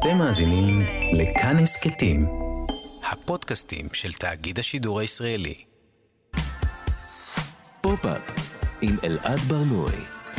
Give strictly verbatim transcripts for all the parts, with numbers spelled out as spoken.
אתם מאזינים לכאן הסכתים, הפודקאסטים של תאגיד השידור הישראלי. פופ-אפ עם אלעד ברנועי.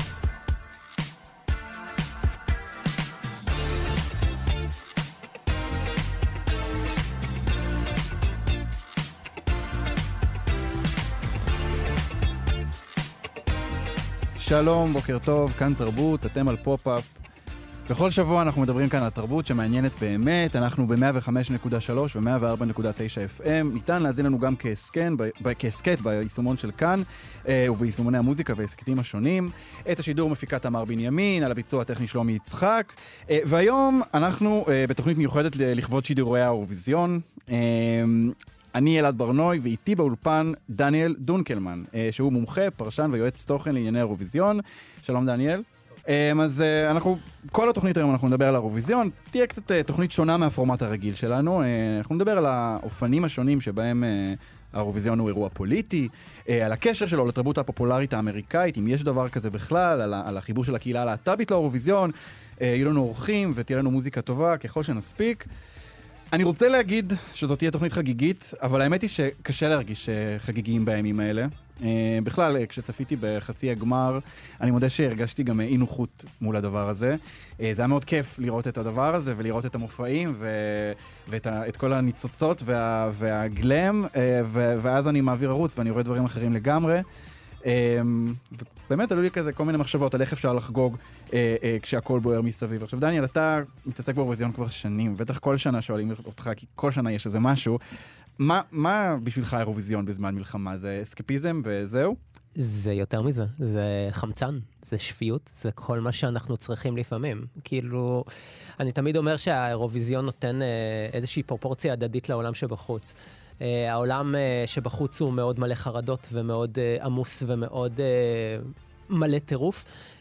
שלום, בוקר טוב, כאן תרבות, אתם על פופ-אפ. בכל שבוע אנחנו מדברים כאן על תרבות שמעניינת באמת, אנחנו ב-מאה וחמש נקודה שלוש ו-מאה וארבע נקודה תשע אף אם, ניתן להזין לנו גם כהסקט ביישומון של כאן, וביישומוני המוזיקה והסקטים השונים. את השידור מפיקה תמר בנימין, על הביצוע הטכני שלומי יצחק, והיום אנחנו בתוכנית מיוחדת לכבוד שידורי האירוויזיון. אני אלעד ברנועי, ואיתי באולפן דניאל דונקלמן, שהוא מומחה, פרשן ויועץ תוכן לענייני האירוויזיון. שלום דניאל. אז אנחנו, כל התוכנית היום אנחנו נדבר על האירוויזיון, תהיה קצת תוכנית שונה מהפורמט הרגיל שלנו, אנחנו נדבר על האופנים השונים שבהם האירוויזיון הוא אירוע פוליטי, על הקשר שלו לתרבות הפופולרית האמריקאית, אם יש דבר כזה בכלל, על החיבור של הקהילה הלהט"בית לאירוויזיון, יהיו לנו אורחים ותהיה לנו מוזיקה טובה ככל שנספיק. אני רוצה להגיד שזאת תהיה תוכנית חגיגית, אבל האמת היא שקשה להרגיש חגיגיים בימים האלה. בכלל, כשצפיתי בחצי הגמר, אני מודה שהרגשתי גם אי נוחות מול הדבר הזה. זה היה מאוד כיף לראות את הדבר הזה, ולראות את המופעים, ואת כל הניצוצות והגלם, ואז אני מעביר ערוץ, ואני רואה דברים אחרים לגמרי. ובאמת עלו לי כזה כל מיני מחשבות על איך אפשר לחגוג כשהכל בוער מסביב. עכשיו דניאל, אתה מתעסק באירוויזיון כבר שנים, בטח כל שנה שואלים אותך, כי כל שנה יש איזה משהו. מה, מה בשבילך האירוויזיון בזמן מלחמה? זה אסקפיזם וזהו? זה יותר מזה, זה חמצן, זה שפיות, זה כל מה שאנחנו צריכים לפעמים. כאילו, אני תמיד אומר שהאירוויזיון נותן איזושהי פרופורציה הדדית לעולם שבחוץ. Uh, העולם uh, שבחוץ הוא מאוד מלא חרדות ומאוד uh, עמוס ומאוד uh, מלא טירוף,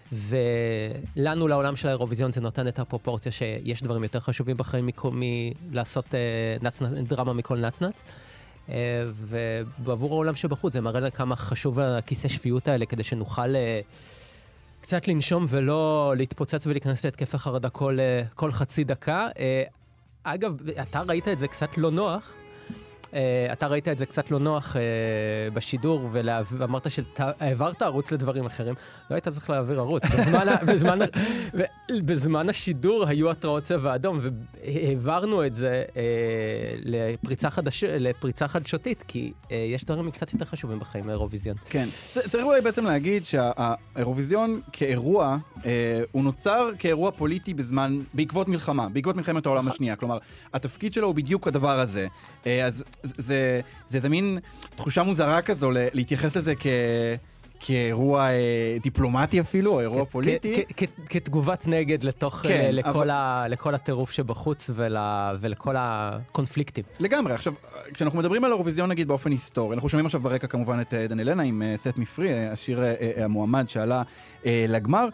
ולנו לעולם של האירוויזיון זה נותן את הפרופורציה שיש דברים יותר חשובים בחיים מלעשות uh, נצ... דרמה מכל נצנץ, uh, ובעבור העולם שבחוץ זה מראה כמה חשוב הכיסא שפיות האלה כדי שנוכל uh, קצת לנשום ולא להתפוצץ ולהיכנס להתקף החרדה כל, uh, כל חצי דקה. Uh, אגב, אתה ראית את זה קצת לא נוח, Uh, אתה ראית את זה קצת לא נוח uh, בשידור, ואמרת שהעברת ערוץ לדברים אחרים. לא היית צריך להעביר ערוץ. בזמן, בזמן, בזמן השידור היו התראות צבע אדום, והעברנו את זה uh, לפריצה, חדש, לפריצה חדשותית, כי uh, יש דברים קצת יותר חשובים בחיים האירוויזיון. כן. צריך אולי בעצם להגיד שהאירוויזיון כאירוע, uh, הוא נוצר כאירוע פוליטי בזמן, בעקבות מלחמה, בעקבות מלחמת העולם השנייה. כלומר, התפקיד שלו הוא בדיוק הדבר הזה. Uh, אז זה, זה, זה מין תחושה מוזרה כזו להתייחס לזה כ, כאירוע אה, דיפלומטי אפילו, או אירוע כ- פוליטי. כ- כ- כתגובת נגד לתוך, כן, אה, לכל, אבל... ה, לכל הטירוף שבחוץ ול, ולכל הקונפליקטים. לגמרי. עכשיו, כשאנחנו מדברים על האירוויזיון נגיד באופן היסטורי, אנחנו שומעים עכשיו ברקע כמובן את דנילנה עם סט מפרי, השיר אה, אה, המועמד שעלה אה, לגמר.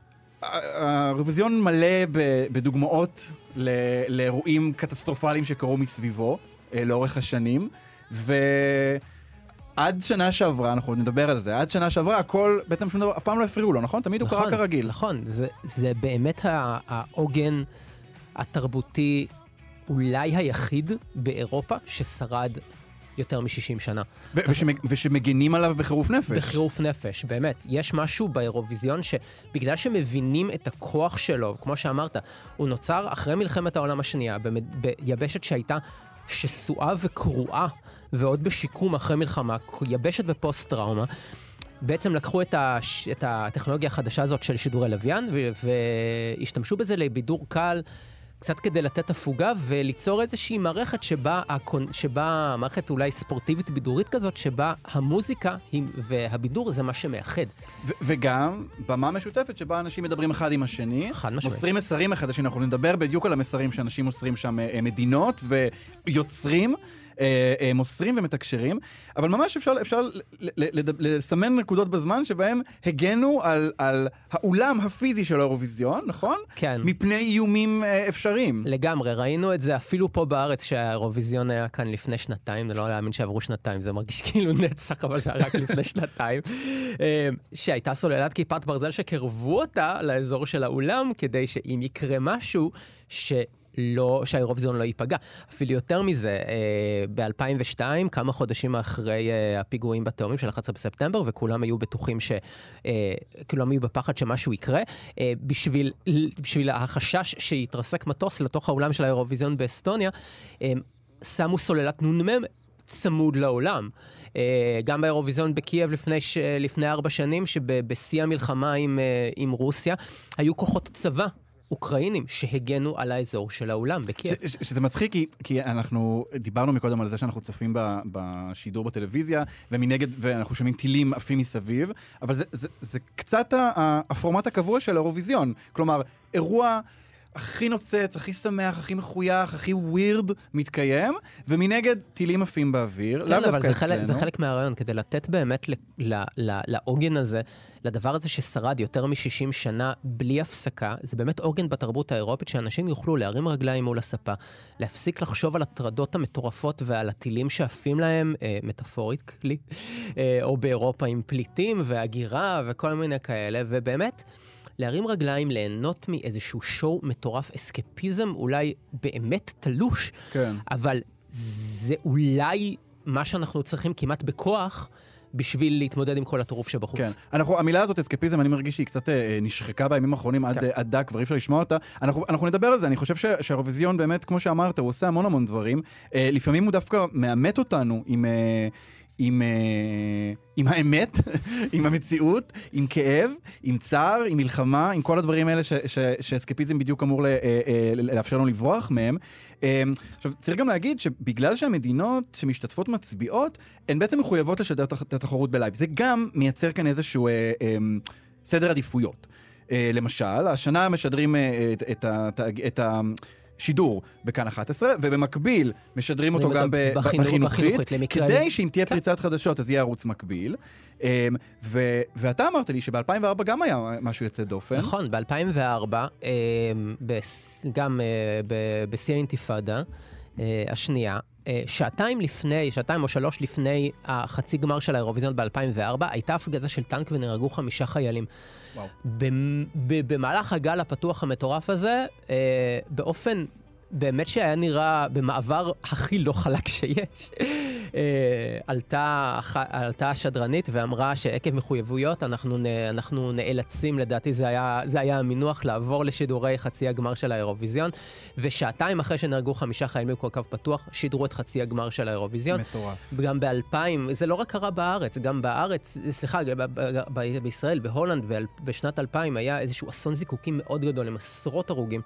האירוויזיון מלא בדוגמאות לאירועים קטסטרופליים שקרו מסביבו, לאורך השנים, ועד שנה שעברה, אנחנו נדבר על זה, עד שנה שעברה, הכל, בעצם שום דבר, אף פעם לא הפריעו לו, נכון? תמיד נכון, הוא קרה כרגיל. נכון, זה, זה באמת העוגן התרבותי, אולי היחיד באירופה, ששרד יותר מ-שישים שנה. ו- ושמג, ושמגנים עליו בחירוף נפש. בחירוף נפש, באמת. יש משהו באירוויזיון שבגלל שמבינים את הכוח שלו, כמו שאמרת, הוא נוצר אחרי מלחמת העולם השנייה, ביבשת שהייתה שסועה וקרועה, ועוד בשיקום אחרי מלחמה, יבשת ופוסט-טראומה, בעצם לקחו את, הש... את הטכנולוגיה החדשה הזאת של שידורי לוויין, ו... והשתמשו בזה לבידור קל, קצת כדי לתת הפוגה, וליצור איזושהי מערכת שבה, הקונ... שבה מערכת אולי ספורטיבית בידורית כזאת, שבה המוזיקה היא... והבידור זה מה שמאחד. ו- וגם במה משותפת שבה אנשים מדברים אחד עם השני, מוסרים מסרים אחד השני, אנחנו נדבר בדיוק על המסרים שאנשים מוסרים שם מדינות ויוצרים, מוסרים ומתקשרים, אבל ממש אפשר, אפשר לסמן נקודות בזמן שבהם הגנו על, על האולם הפיזי של האירוויזיון, נכון? כן. מפני איומים אפשריים. לגמרי, ראינו את זה אפילו פה בארץ שהאירוויזיון היה כאן לפני שנתיים, זה לא להאמין שעברו שנתיים, זה מרגיש כאילו נצח, אבל זה היה רק לפני שנתיים, שהייתה סוללת כיפת ברזל שקרבו אותה לאזור של האולם, כדי שאם יקרה משהו ש... לא, שהאירוויזיון לא ייפגע. אפילו יותר מזה, ב-אלפיים ושתיים, כמה חודשים אחרי הפיגועים בתאומים של אחד עשר בספטמבר, וכולם היו בטוחים ש... כולם היו בפחד שמשהו יקרה, בשביל, בשביל החשש שיתרסק מטוס לתוך האולם של האירוויזיון באסטוניה, שמו סוללת נ"מ צמוד לעולם. גם באירוויזיון בקייב לפני, ש... לפני ארבע שנים, שבשיא המלחמה עם, עם רוסיה, היו כוחות צבא אוקראינים שהגנו על האזור של העולם בקייב. ש- ש- שזה מצחיק, כי, כי אנחנו דיברנו מקודם על זה שאנחנו צופים ב- בשידור בטלוויזיה, ומנגד, ואנחנו שומעים טילים עפים מסביב, אבל זה, זה, זה קצת ה- הפורמט הקבוע של האירוויזיון. כלומר, אירוע הכי נוצץ, הכי שמח, הכי מחוייך, הכי ווירד מתקיים, ומנגד טילים עפים באוויר. כן, אבל זה חלק, זה חלק מהרעיון, כדי לתת באמת ל- ל- ל- לעוגן הזה, לדבר הזה ששרד יותר מ-שישים שנה בלי הפסקה, זה באמת עוגן בתרבות האירופית, שאנשים יוכלו להרים רגליים מול הספה, להפסיק לחשוב על הטרדות המטורפות ועל הטילים שעפים להם, אה, מטאפורית כלי, אה, או באירופה עם פליטים והגירה וכל מיני כאלה, ובאמת להרים רגליים, ליהנות מאיזשהו שואו מטורף, אסקפיזם אולי באמת תלוש, כן. אבל זה אולי מה שאנחנו צריכים כמעט בכוח, בשביל להתמודד עם כל הטירוף שבחוץ. כן. אנחנו, המילה הזאת, אסקפיזם, אני מרגיש שהיא קצת אה, נשחקה בימים האחרונים עד, כן. אה, עד דק, כבר אי אפשר לשמוע אותה. אנחנו, אנחנו נדבר על זה, אני חושב ש, שהאירוויזיון באמת, כמו שאמרת, הוא עושה המון המון דברים. אה, לפעמים הוא דווקא מאמת אותנו עם... אה, עם, עם האמת, עם המציאות, עם כאב, עם צער, עם מלחמה, עם כל הדברים האלה ש, ש, שאסקפיזם בדיוק אמור לאפשר לנו לברוח מהם. עכשיו, צריך גם להגיד שבגלל שהמדינות שמשתתפות מצביעות, הן בעצם מחויבות לשדר את התחרות בלייב. זה גם מייצר כאן איזשהו סדר עדיפויות. למשל, השנה משדרים את, את, את, את ה... שידור בכאן אחת עשרה, ובמקביל משדרים אותו גם בחינוכית, כדי שאם תהיה פריצת חדשות, אז יהיה ערוץ מקביל. ואתה אמרת לי שב-אלפיים וארבע גם היה משהו יוצא דופן. נכון, ב-אלפיים וארבע, גם בשיא האינתיפאדה השנייה, שעתיים לפני, שעתיים או שלוש לפני החצי גמר של האירוויזיון ב-אלפיים וארבע, הייתה הפגזה של טנק ונהרגו חמישה חיילים. וואו. במהלך הגל הפתוח המטורף הזה, באופן באמת שהיה נראה במעבר הכי לא חלק שיש, עלתה, עלתה השדרנית ואמרה שעקב מחויבויות אנחנו, אנחנו נאלצים, לדעתי זה היה, זה היה המינוח, לעבור לשידורי חצי הגמר של האירוויזיון, ושעתיים אחרי שנהרגו חמישה חיילים בכל קו פתוח, שידרו את חצי הגמר של האירוויזיון. מטורף. גם ב-אלפיים, זה לא רק קרה בארץ, גם בארץ, סליחה, בישראל, בהולנד, בשנת אלפיים היה איזשהו אסון זיקוקים מאוד גדול, עם עשרות הרוגים.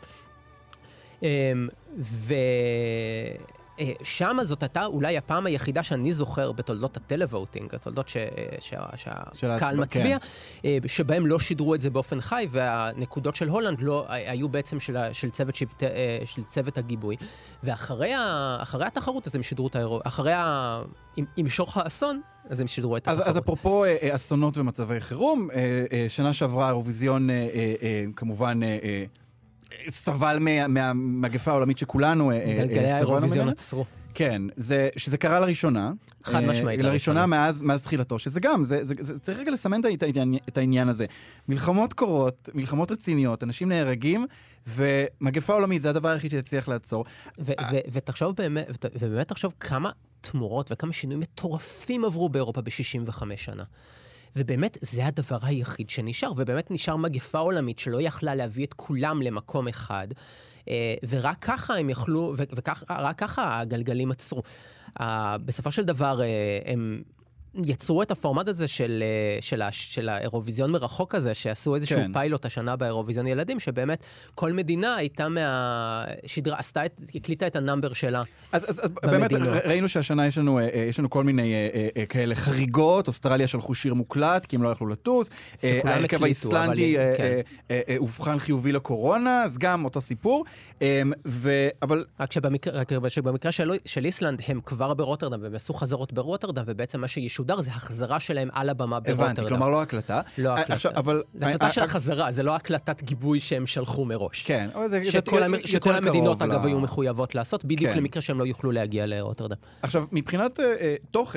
ושם זאת הייתה אולי הפעם היחידה שאני זוכר בתולדות הטלוווטינג, התולדות שהקהל מצביע, שבהם לא שידרו את זה באופן חי, והנקודות של הולנד היו בעצם של צוות הגיבוי. ואחרי התחרות אז הם שידרו את האירוע, אחרי עם שוך האסון, אז הם שידרו את התחרות. אז אפרופו אסונות ומצבי חירום, שנה שעברה האירוויזיון כמובן סבל מהמגפה העולמית שכולנו סבלנו ממנה. גלגלי האירוויזיון עצרו. כן, זה, שזה קרה לראשונה. חד משמעית. לראשונה מאז, מאז תחילתו, שזה גם, זה, זה, זה, צריך רגע לסמן את העניין, את העניין הזה. מלחמות קורות, מלחמות רציניות, אנשים נהרגים, ומגפה עולמית, זה הדבר היחיד שיצליח לעצור. ו- ו- ותחשוב באמת, ובאמת תחשוב כמה תמורות וכמה שינויים מטורפים עברו באירופה ב-שישים וחמש שנה. ובאמת זה הדבר היחיד שנשאר, ובאמת נשאר מגפה עולמית שלא יכלה להביא את כולם למקום אחד, ורק ככה הם יכלו, ורק ככה הגלגלים עצרו. בסופו של דבר הם יצרו את הפורמט הזה של, של, של האירוויזיון מרחוק הזה, שעשו איזשהו כן. פיילוט השנה באירוויזיון ילדים, שבאמת כל מדינה הייתה מה... שדרה, עשתה, הקליטה את הנאמבר שלה. אז, אז, אז באמת ראינו שהשנה יש לנו, יש לנו כל מיני כאלה חריגות, אוסטרליה שלחו שיר מוקלט, כי הם לא יכלו לטוס, ההרכב האיסלנדי הובחן חיובי לקורונה, אז גם אותו סיפור, ו... אבל... רק שבמקרה, רק שבמקרה של, של איסלנד הם כבר ברוטרדם, והם עשו חזרות ברוטרדם, ובעצם מה שישו שודר, זה החזרה שלהם על הבמה ברוטרדם. הבנתי, כלומר לא הקלטה. לא הקלטה. עכשיו, אבל... זה הקלטה של החזרה, זה לא הקלטת גיבוי שהם שלחו מראש. כן. שכל המדינות, אגב, היו מחויבות לעשות, בדיוק למקרה שהם לא יוכלו להגיע לרוטרדם. עכשיו, מבחינת תוכן,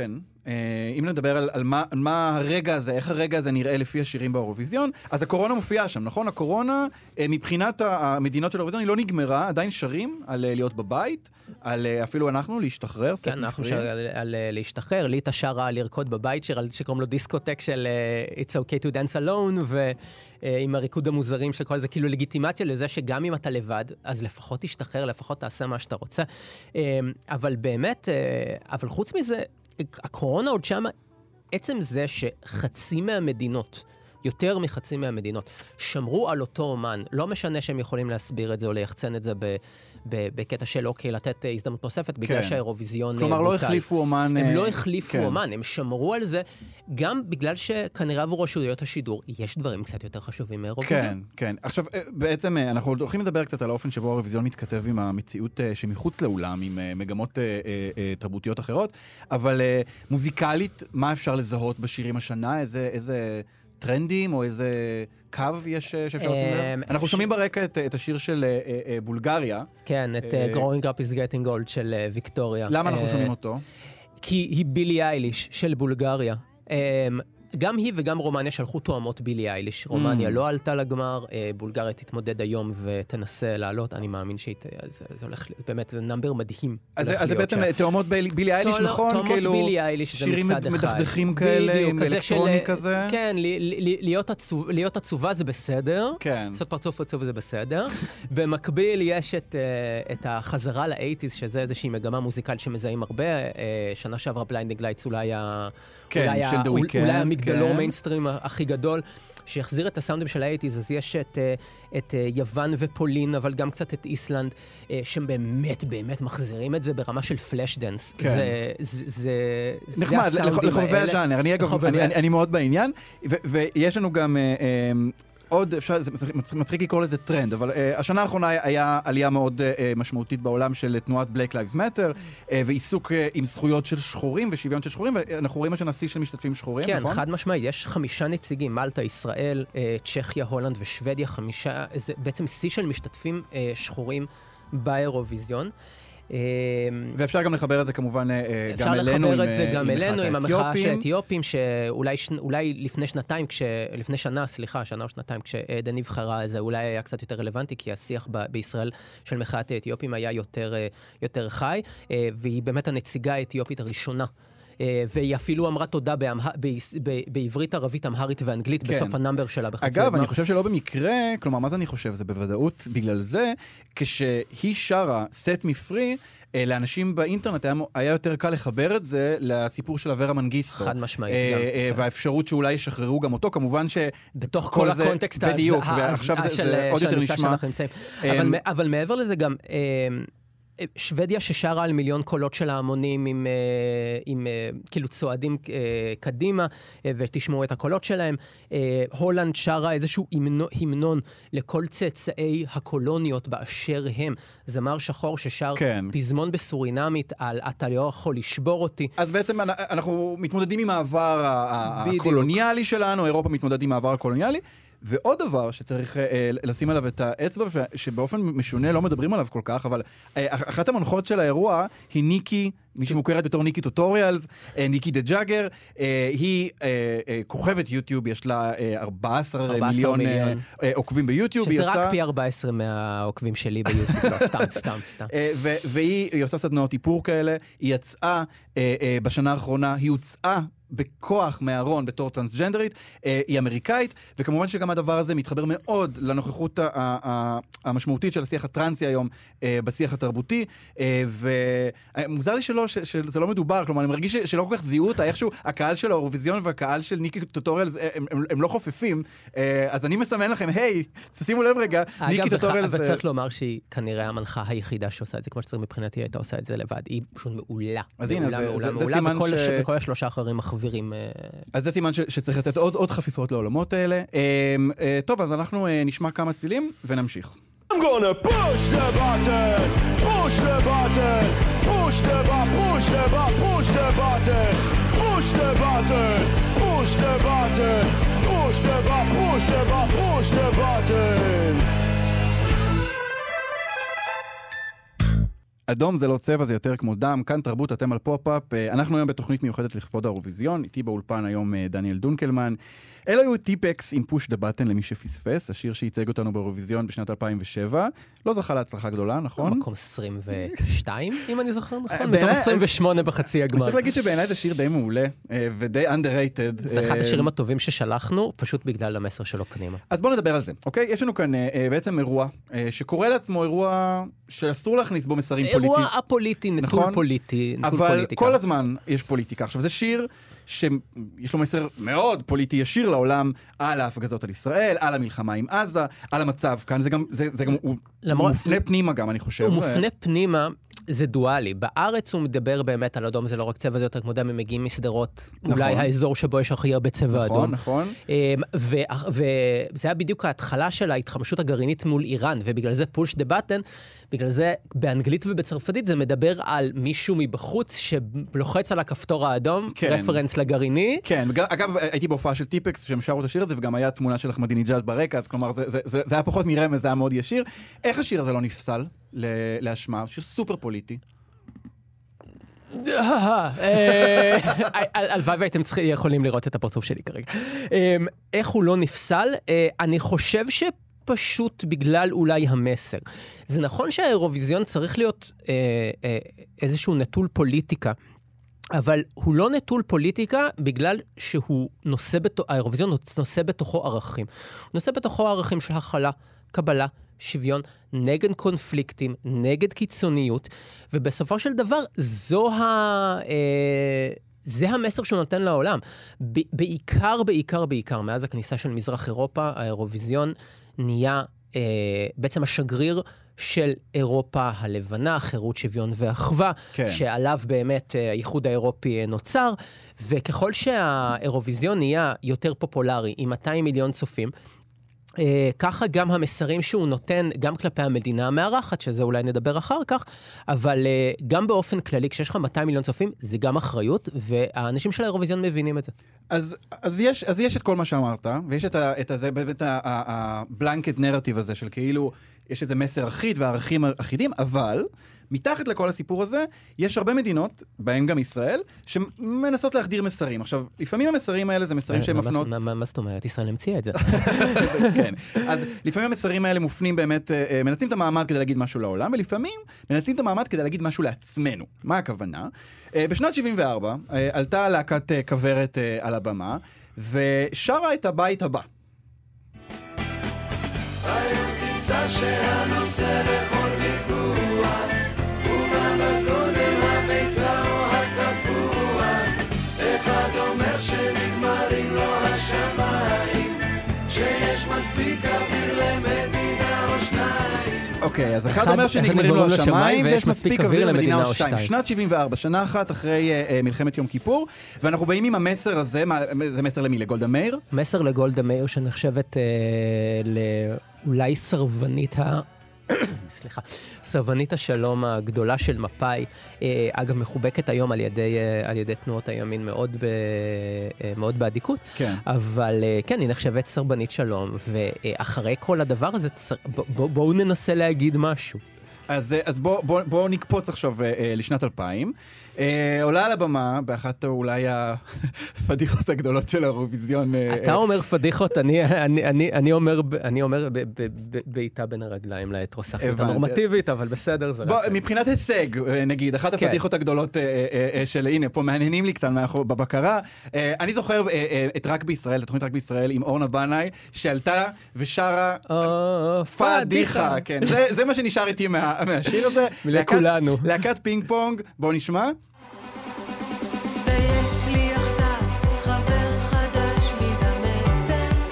אם נדבר על, על מה, על מה הרגע הזה, איך הרגע הזה נראה לפי השירים באירוויזיון, אז הקורונה מופיעה שם, נכון? הקורונה, מבחינת המדינות של האירוויזיון, היא לא נגמרה, עדיין שרים על להיות בבית, על אפילו אנחנו להשתחרר. כן, אנחנו שר על, על להשתחרר, ליטה שרה על לרקוד בבית, שקוראים לו דיסקוטק של It's okay to dance alone, ועם הריקוד המוזרים של כל זה, כאילו לגיטימציה לזה שגם אם אתה לבד, אז לפחות תשתחרר, לפחות תעשה מה שאתה רוצה. אבל באמת, אבל חוץ מזה, הקורונה עוד שם, עצם זה שחצי מהמדינות, יותר מחצי מהמדינות, שמרו על אותו אומן, לא משנה שהם יכולים להסביר את זה או ליחצן את זה ב, ב, בקטע של אוקיי, לתת הזדמנות נוספת, בגלל כן. שהאירוויזיון... כלומר, לא החליפו אומן... הם לא החליפו כן. אומן, הם שמרו על זה, גם בגלל שכנראה עבור רשויות השידור, יש דברים קצת יותר חשובים מאירוויזיון. כן, כן. עכשיו, בעצם, אנחנו הולכים לדבר קצת על האופן שבו האירוויזיון מתכתב עם המציאות שמחוץ לאולם, עם מגמות תרבותיות אחרות, אבל מוזיקלית, מה אפשר לזהות בשירים השנה? איזה... איזה... טרנדים או איזה קו יש שאפשר לשים לב? אנחנו שומעים ברקע את השיר של בולגריה. כן, את Growing Up is Getting Old של ויקטוריה. למה אנחנו שומעים אותו? כי היא בילי אייליש של בולגריה. גם היא וגם רומניה שלחו תואמות בילי אייליש. רומניה לא עלתה לגמר, בולגריה תתמודד היום ותנסה לעלות. אני מאמין שזה הולך, באמת, זה נאמבר מדהים. אז זה בעצם תואמות בילי אייליש, נכון? תואמות בילי אייליש זה מצד אחד. שירים מדכדכים כאלה, עם אלקטרוני כזה? כן, להיות עצובה זה בסדר. לעשות פרצוף עצוב זה בסדר. במקביל יש את החזרה ל-שמונים, שזה איזושהי מגמה מוזיקלית שמזהים הרבה. שנה שעברה בליינדינג לייטס אולי היה מגדלור מיינסטרים הכי גדול, שיחזיר את הסאונדים של ה-שמונים, אז יש את, את יוון ופולין, אבל גם קצת את איסלנד, שהם באמת, באמת מחזירים את זה ברמה של פלאש דנס. כן. זה, זה, זה, נחמד, לחובבי הז'אנר. אני אגב, אני, אני, אני מאוד בעניין, ו, ויש לנו גם... עוד, אפשר, זה מצחיק לקרוא לזה טרנד, אבל uh, השנה האחרונה היה עלייה מאוד uh, משמעותית בעולם של תנועת Black Lives Matter, uh, ועיסוק uh, עם זכויות של שחורים ושוויון של שחורים, ואנחנו רואים השנה של משתתפים שחורים, כן, נכון? כן, חד משמעית, יש חמישה נציגים, מלטה, ישראל, uh, צ'כיה, הולנד ושוודיה, חמישה, זה בעצם שיא של משתתפים uh, שחורים באירוויזיון. ואפשר גם לחבר את זה כמובן גם אלינו. אפשר לחבר את זה גם אלינו עם המחאה של האתיופים, שאולי לפני שנתיים, לפני שנה, סליחה, שנה או שנתיים, כשעדן נבחרה, זה אולי היה קצת יותר רלוונטי, כי השיח בישראל של מחאת האתיופים היה יותר חי, והיא באמת הנציגה האתיופית הראשונה. והיא אפילו אמרה תודה בעברית, ערבית, אמהרית ואנגלית בסוף הנאמבר שלה בחצי הגמר. אגב, אני חושב שלא במקרה, כלומר, מה זה אני חושב? זה בוודאות בגלל זה, כשהיא שרה Set Me Free, לאנשים באינטרנט היה יותר קל לחבר את זה לסיפור של אברה מנגיסטו. חד משמעית. והאפשרות שאולי ישחררו גם אותו, כמובן ש... בתוך כל הקונטקסט הזה, בדיוק, ועכשיו זה עוד יותר נשמע. אבל מעבר לזה גם... שוודיה ששרה על מיליון קולות של ההמונים עם, עם כאילו צועדים קדימה, ותשמעו את הקולות שלהם. הולנד שרה איזשהו המנון לכל צאצאי הקולוניות באשר הם. זמר שחור ששר כן. פזמון בסורינמית על אתה לא יכול לשבור אותי. אז בעצם אנחנו מתמודדים עם העבר הקולוניאלי שלנו, אירופה מתמודדת עם העבר הקולוניאלי, ועוד דבר שצריך אה, לשים עליו את האצבע, שבאופן משונה לא מדברים עליו כל כך, אבל אה, אחת המנחות של האירוע היא ניקי, מי שמוכרת בתור ניקי טוטוריאלס, אה, ניקי דה ג'אגר, אה, היא אה, אה, כוכבת יוטיוב, יש לה אה, ארבעה עשר מיליון, מיליון. אה, עוקבים ביוטיוב. שזה רק עושה... פי ארבע עשרה מהעוקבים שלי ביוטיוב, לא, סתם, סתם, סתם. אה, ו- והיא עושה סדנאות איפור כאלה, היא יצאה אה, אה, בשנה האחרונה, היא הוצאה, בכוח מהארון בתור טרנסג'נדרית, אה, היא אמריקאית, וכמובן שגם הדבר הזה מתחבר מאוד לנוכחות ה- ה- המשמעותית של השיח הטרנסי היום אה, בשיח התרבותי, אה, ומוזר לי שלא, ש- שזה לא מדובר, כלומר, אני מרגיש ש- שלא כל כך זיהו אותה, איכשהו הקהל של האירוויזיון והקהל של ניקי טוטוריאלס, הם, הם, הם לא חופפים, אה, אז אני מסמן לכם, היי, שימו לב רגע, ניקי טוטוריאלס... אגב, וצריך לומר שהיא כנראה המנחה היחידה שעושה את זה, כמו שצריך מבחינתי, הייתה עושה את זה לבד, היא פשוט מעולה. אז הנה, זה, זה, זה סימן ש... וכל השלושה אחרים מחבירים. אז זה סימן ש- שצריך לתת עוד, עוד חפיפות לעולמות האלה. טוב, אז אנחנו נשמע כמה תפילים ונמשיך. I'm gonna push the button, push the button, push the button, push the button, push the button, push the button, push the button, push the button, push the button, push the button. אדום זה לא צבע, זה יותר כמו דם, כאן תרבות, אתם על פופ-אפ. אנחנו היום בתוכנית מיוחדת לכבוד האירוויזיון, איתי באולפן היום דניאל דונקלמן. אלו היו טיפקס עם פוש דה בטן למי שפספס, השיר שייצג אותנו באירוויזיון בשנת אלפיים ושבע. לא זכה להצלחה גדולה, נכון? מקום עשרים ושתיים, אם אני זוכר נכון, מתוך עשרים ושמונה בחצי הגמר. צריך להגיד שבעיניי זה שיר די מעולה, ודי underrated. זה אחד השירים הטובים ששלחנו, פשוט בגלל המסר שלו פנימה. אז בואו נדבר על זה, אוקיי? יש לנו כאן בעצם אירוע, שקורא לעצמו אירוע שאסור להכניס בו מסרים פוליטיים. אירוע הפוליטי, נטול פוליטי, נטול אבל פוליטיקה. כל הזמן יש פוליטיקה. עכשיו, זה שיר שיש לו מסר מאוד פוליטי ישיר לעולם על ההפגזות על ישראל, על המלחמה עם עזה, על המצב כאן. זה גם, זה, זה גם, הוא למרות, מופנה פנימה גם, אני חושב. הוא מופנה פנימה, זה דואלי. בארץ הוא מדבר באמת על אדום, זה לא רק צבע, זה יותר כמו דם, הם מגיעים מסדרות, נכון. אולי האזור שבו יש הכי הרבה צבע נכון, אדום. נכון, נכון. וזה היה בדיוק ההתחלה של ההתחמשות הגרעינית מול איראן, ובגלל זה פוש דה בטן, בגלל זה באנגלית ובצרפתית זה מדבר על מישהו מבחוץ שלוחץ על הכפתור האדום, כן. רפרנס לגרעיני. כן, אגב, הייתי בהופעה של טיפקס שהם שרו את השיר הזה, וגם היה תמונה של אחמדינג'אד ברקע, אז כלומר, זה, זה, זה, זה היה פחות מרמז, זה היה מאוד ישיר. איך השיר הזה לא נפסל להשמע? שיר סופר פוליטי. הלוואי והייתם יכולים לראות את הפרצוף שלי כרגע. איך הוא לא נפסל? אני חושב ש... פשוט בגלל אולי המסר. זה נכון שהאירוויזיון צריך להיות אה, אה, איזשהו נטול פוליטיקה, אבל הוא לא נטול פוליטיקה בגלל שהוא נושא בתוכו, האירוויזיון נושא בתוכו ערכים. הוא נושא בתוכו ערכים של הכלה, קבלה, שוויון, נגד קונפליקטים, נגד קיצוניות, ובסופו של דבר זו ה... אה, זה המסר שהוא נותן לעולם. ב- בעיקר, בעיקר, בעיקר, מאז הכניסה של מזרח אירופה, האירוויזיון נהיה אה, בעצם השגריר של אירופה הלבנה, חירות, שוויון ואחווה, כן. שעליו באמת אה, האיחוד האירופי נוצר, וככל שהאירוויזיון נהיה יותר פופולרי, עם מאתיים מיליון צופים, Uh, ככה גם המסרים שהוא נותן, גם כלפי המדינה המארחת, שזה אולי נדבר אחר כך, אבל uh, גם באופן כללי, כשיש לך מאתיים מיליון צופים, זה גם אחריות, והאנשים של האירוויזיון מבינים את זה. אז, אז, יש, אז יש את כל מה שאמרת, ויש את, ה, את הזה, באמת הבלנקט נרטיב הזה, של כאילו, יש איזה מסר אחיד וערכים אחידים, אבל... מתחת לכל הסיפור הזה, יש הרבה מדינות, בהן גם ישראל, שמנסות להחדיר מסרים. עכשיו, לפעמים המסרים האלה זה מסרים שהם מפנות... מה זאת אומרת? ישראל המציאה את זה. כן. אז לפעמים המסרים האלה מופנים באמת, מנצלים את המעמד כדי להגיד משהו לעולם, ולפעמים מנצלים את המעמד כדי להגיד משהו לעצמנו. מה הכוונה? בשנת שבעים וארבע עלתה להקת כוורת על הבמה, ושרה את הבית הבא. היום תמצא שהנושא לכל ויכוח ובמקודם הביצה או התפוח אחד אומר שנגמרים לו השמיים שיש מספיק אוויר למדינה או שניים. אוקיי, אז אחד אומר שנגמרים לו השמיים ויש מספיק אוויר למדינה או שתיים. שנת שבעים וארבע, שנה אחת אחרי מלחמת יום כיפור, ואנחנו באים עם המסר הזה, זה מסר למי? לגולדה מאיר? מסר לגולדה מאיר שנחשבת לאולי סרבנית ה... סליחה, סרבנית השלום הגדולה של מפאי, אגב מחובקת היום על ידי, על ידי תנועות הימין מאוד, ב, מאוד בעדיקות, כן. אבל כן, היא נחשבת סרבנית שלום, ואחרי כל הדבר הזה, בואו בוא ננסה להגיד משהו. אז, אז בואו בוא, בוא נקפוץ עכשיו אה, לשנת אלפיים. אה, עולה על הבמה, באחת אולי הפדיחות הגדולות של האירוויזיון. אה, אתה אומר פדיחות, אני, אני, אני, אני אומר, אני אומר ב, ב, ב, בעיטה בין הרגליים לאטרוסקטית הנורמטיבית, אבל בסדר, זה בוא, רק... מבחינת הישג, נגיד, אחת כן. הפדיחות הגדולות אה, אה, של, הנה, פה מעניינים לי קצת מאחור, בבקרה. אה, אני זוכר אה, אה, את רק בישראל, את התוכנית רק בישראל, עם אורנה בנאי, שעלתה ושרה oh, פדיחה. כן, זה, זה מה שנשאר איתי מה... מהשיר הזה, לכולנו. להקת פינג פונג, בואו נשמע. ויש לי עכשיו חבר חדש מדמשק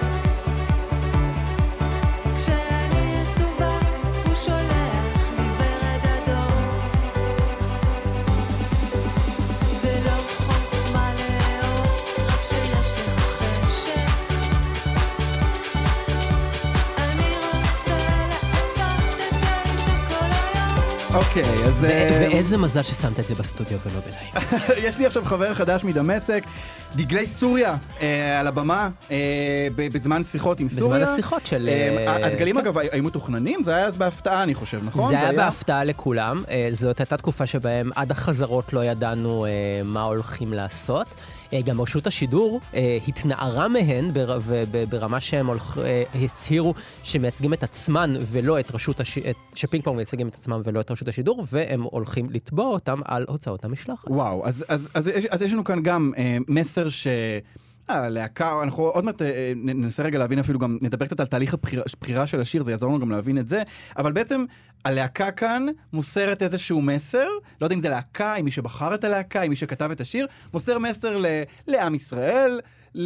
כשאני עצובה הוא שולח לי ורד אדום זה לא חוכמה לאהוב רק שיש לך חשק אני רוצה לעשות את זה איתה כל היום אוקיי, אז... ו- ואיזה מזל ששמת את זה בסטודיו ולא בלייב. יש לי עכשיו חבר חדש מדמשק, דגלי סוריה אה, על הבמה, אה, בזמן שיחות עם סוריה. בזמן השיחות של... אה, הדגלים אגב היו מתוכננים? זה היה אז בהפתעה אני חושב, נכון? זה היה בהפתעה לכולם. אה, זאת הייתה תקופה שבהם עד החזרות לא ידענו אה, מה הולכים לעשות. אה, גם רשות השידור אה, התנערה מהן בר, וב, ברמה שהם הולכ, אה, הצהירו שמייצגים את עצמן ולא את רשות השידור, שפינג פונג מייצגים את עצמם ולא את רשות השידור, והם הולכים לתבוע אותם על הוצאות המשלחת. וואו, אז, אז, אז, אז, אז יש לנו כאן גם אה, מסר ש... הלהקה, אנחנו עוד מעט ננסה רגע להבין אפילו גם, נדבר קצת על תהליך הבחירה של השיר, זה יעזור לנו גם להבין את זה, אבל בעצם הלהקה כאן מוסרת איזשהו מסר, לא יודע אם זה להקה, אם מי שבחר את הלהקה, אם מי שכתב את השיר, מוסר מסר ל- לעם ישראל,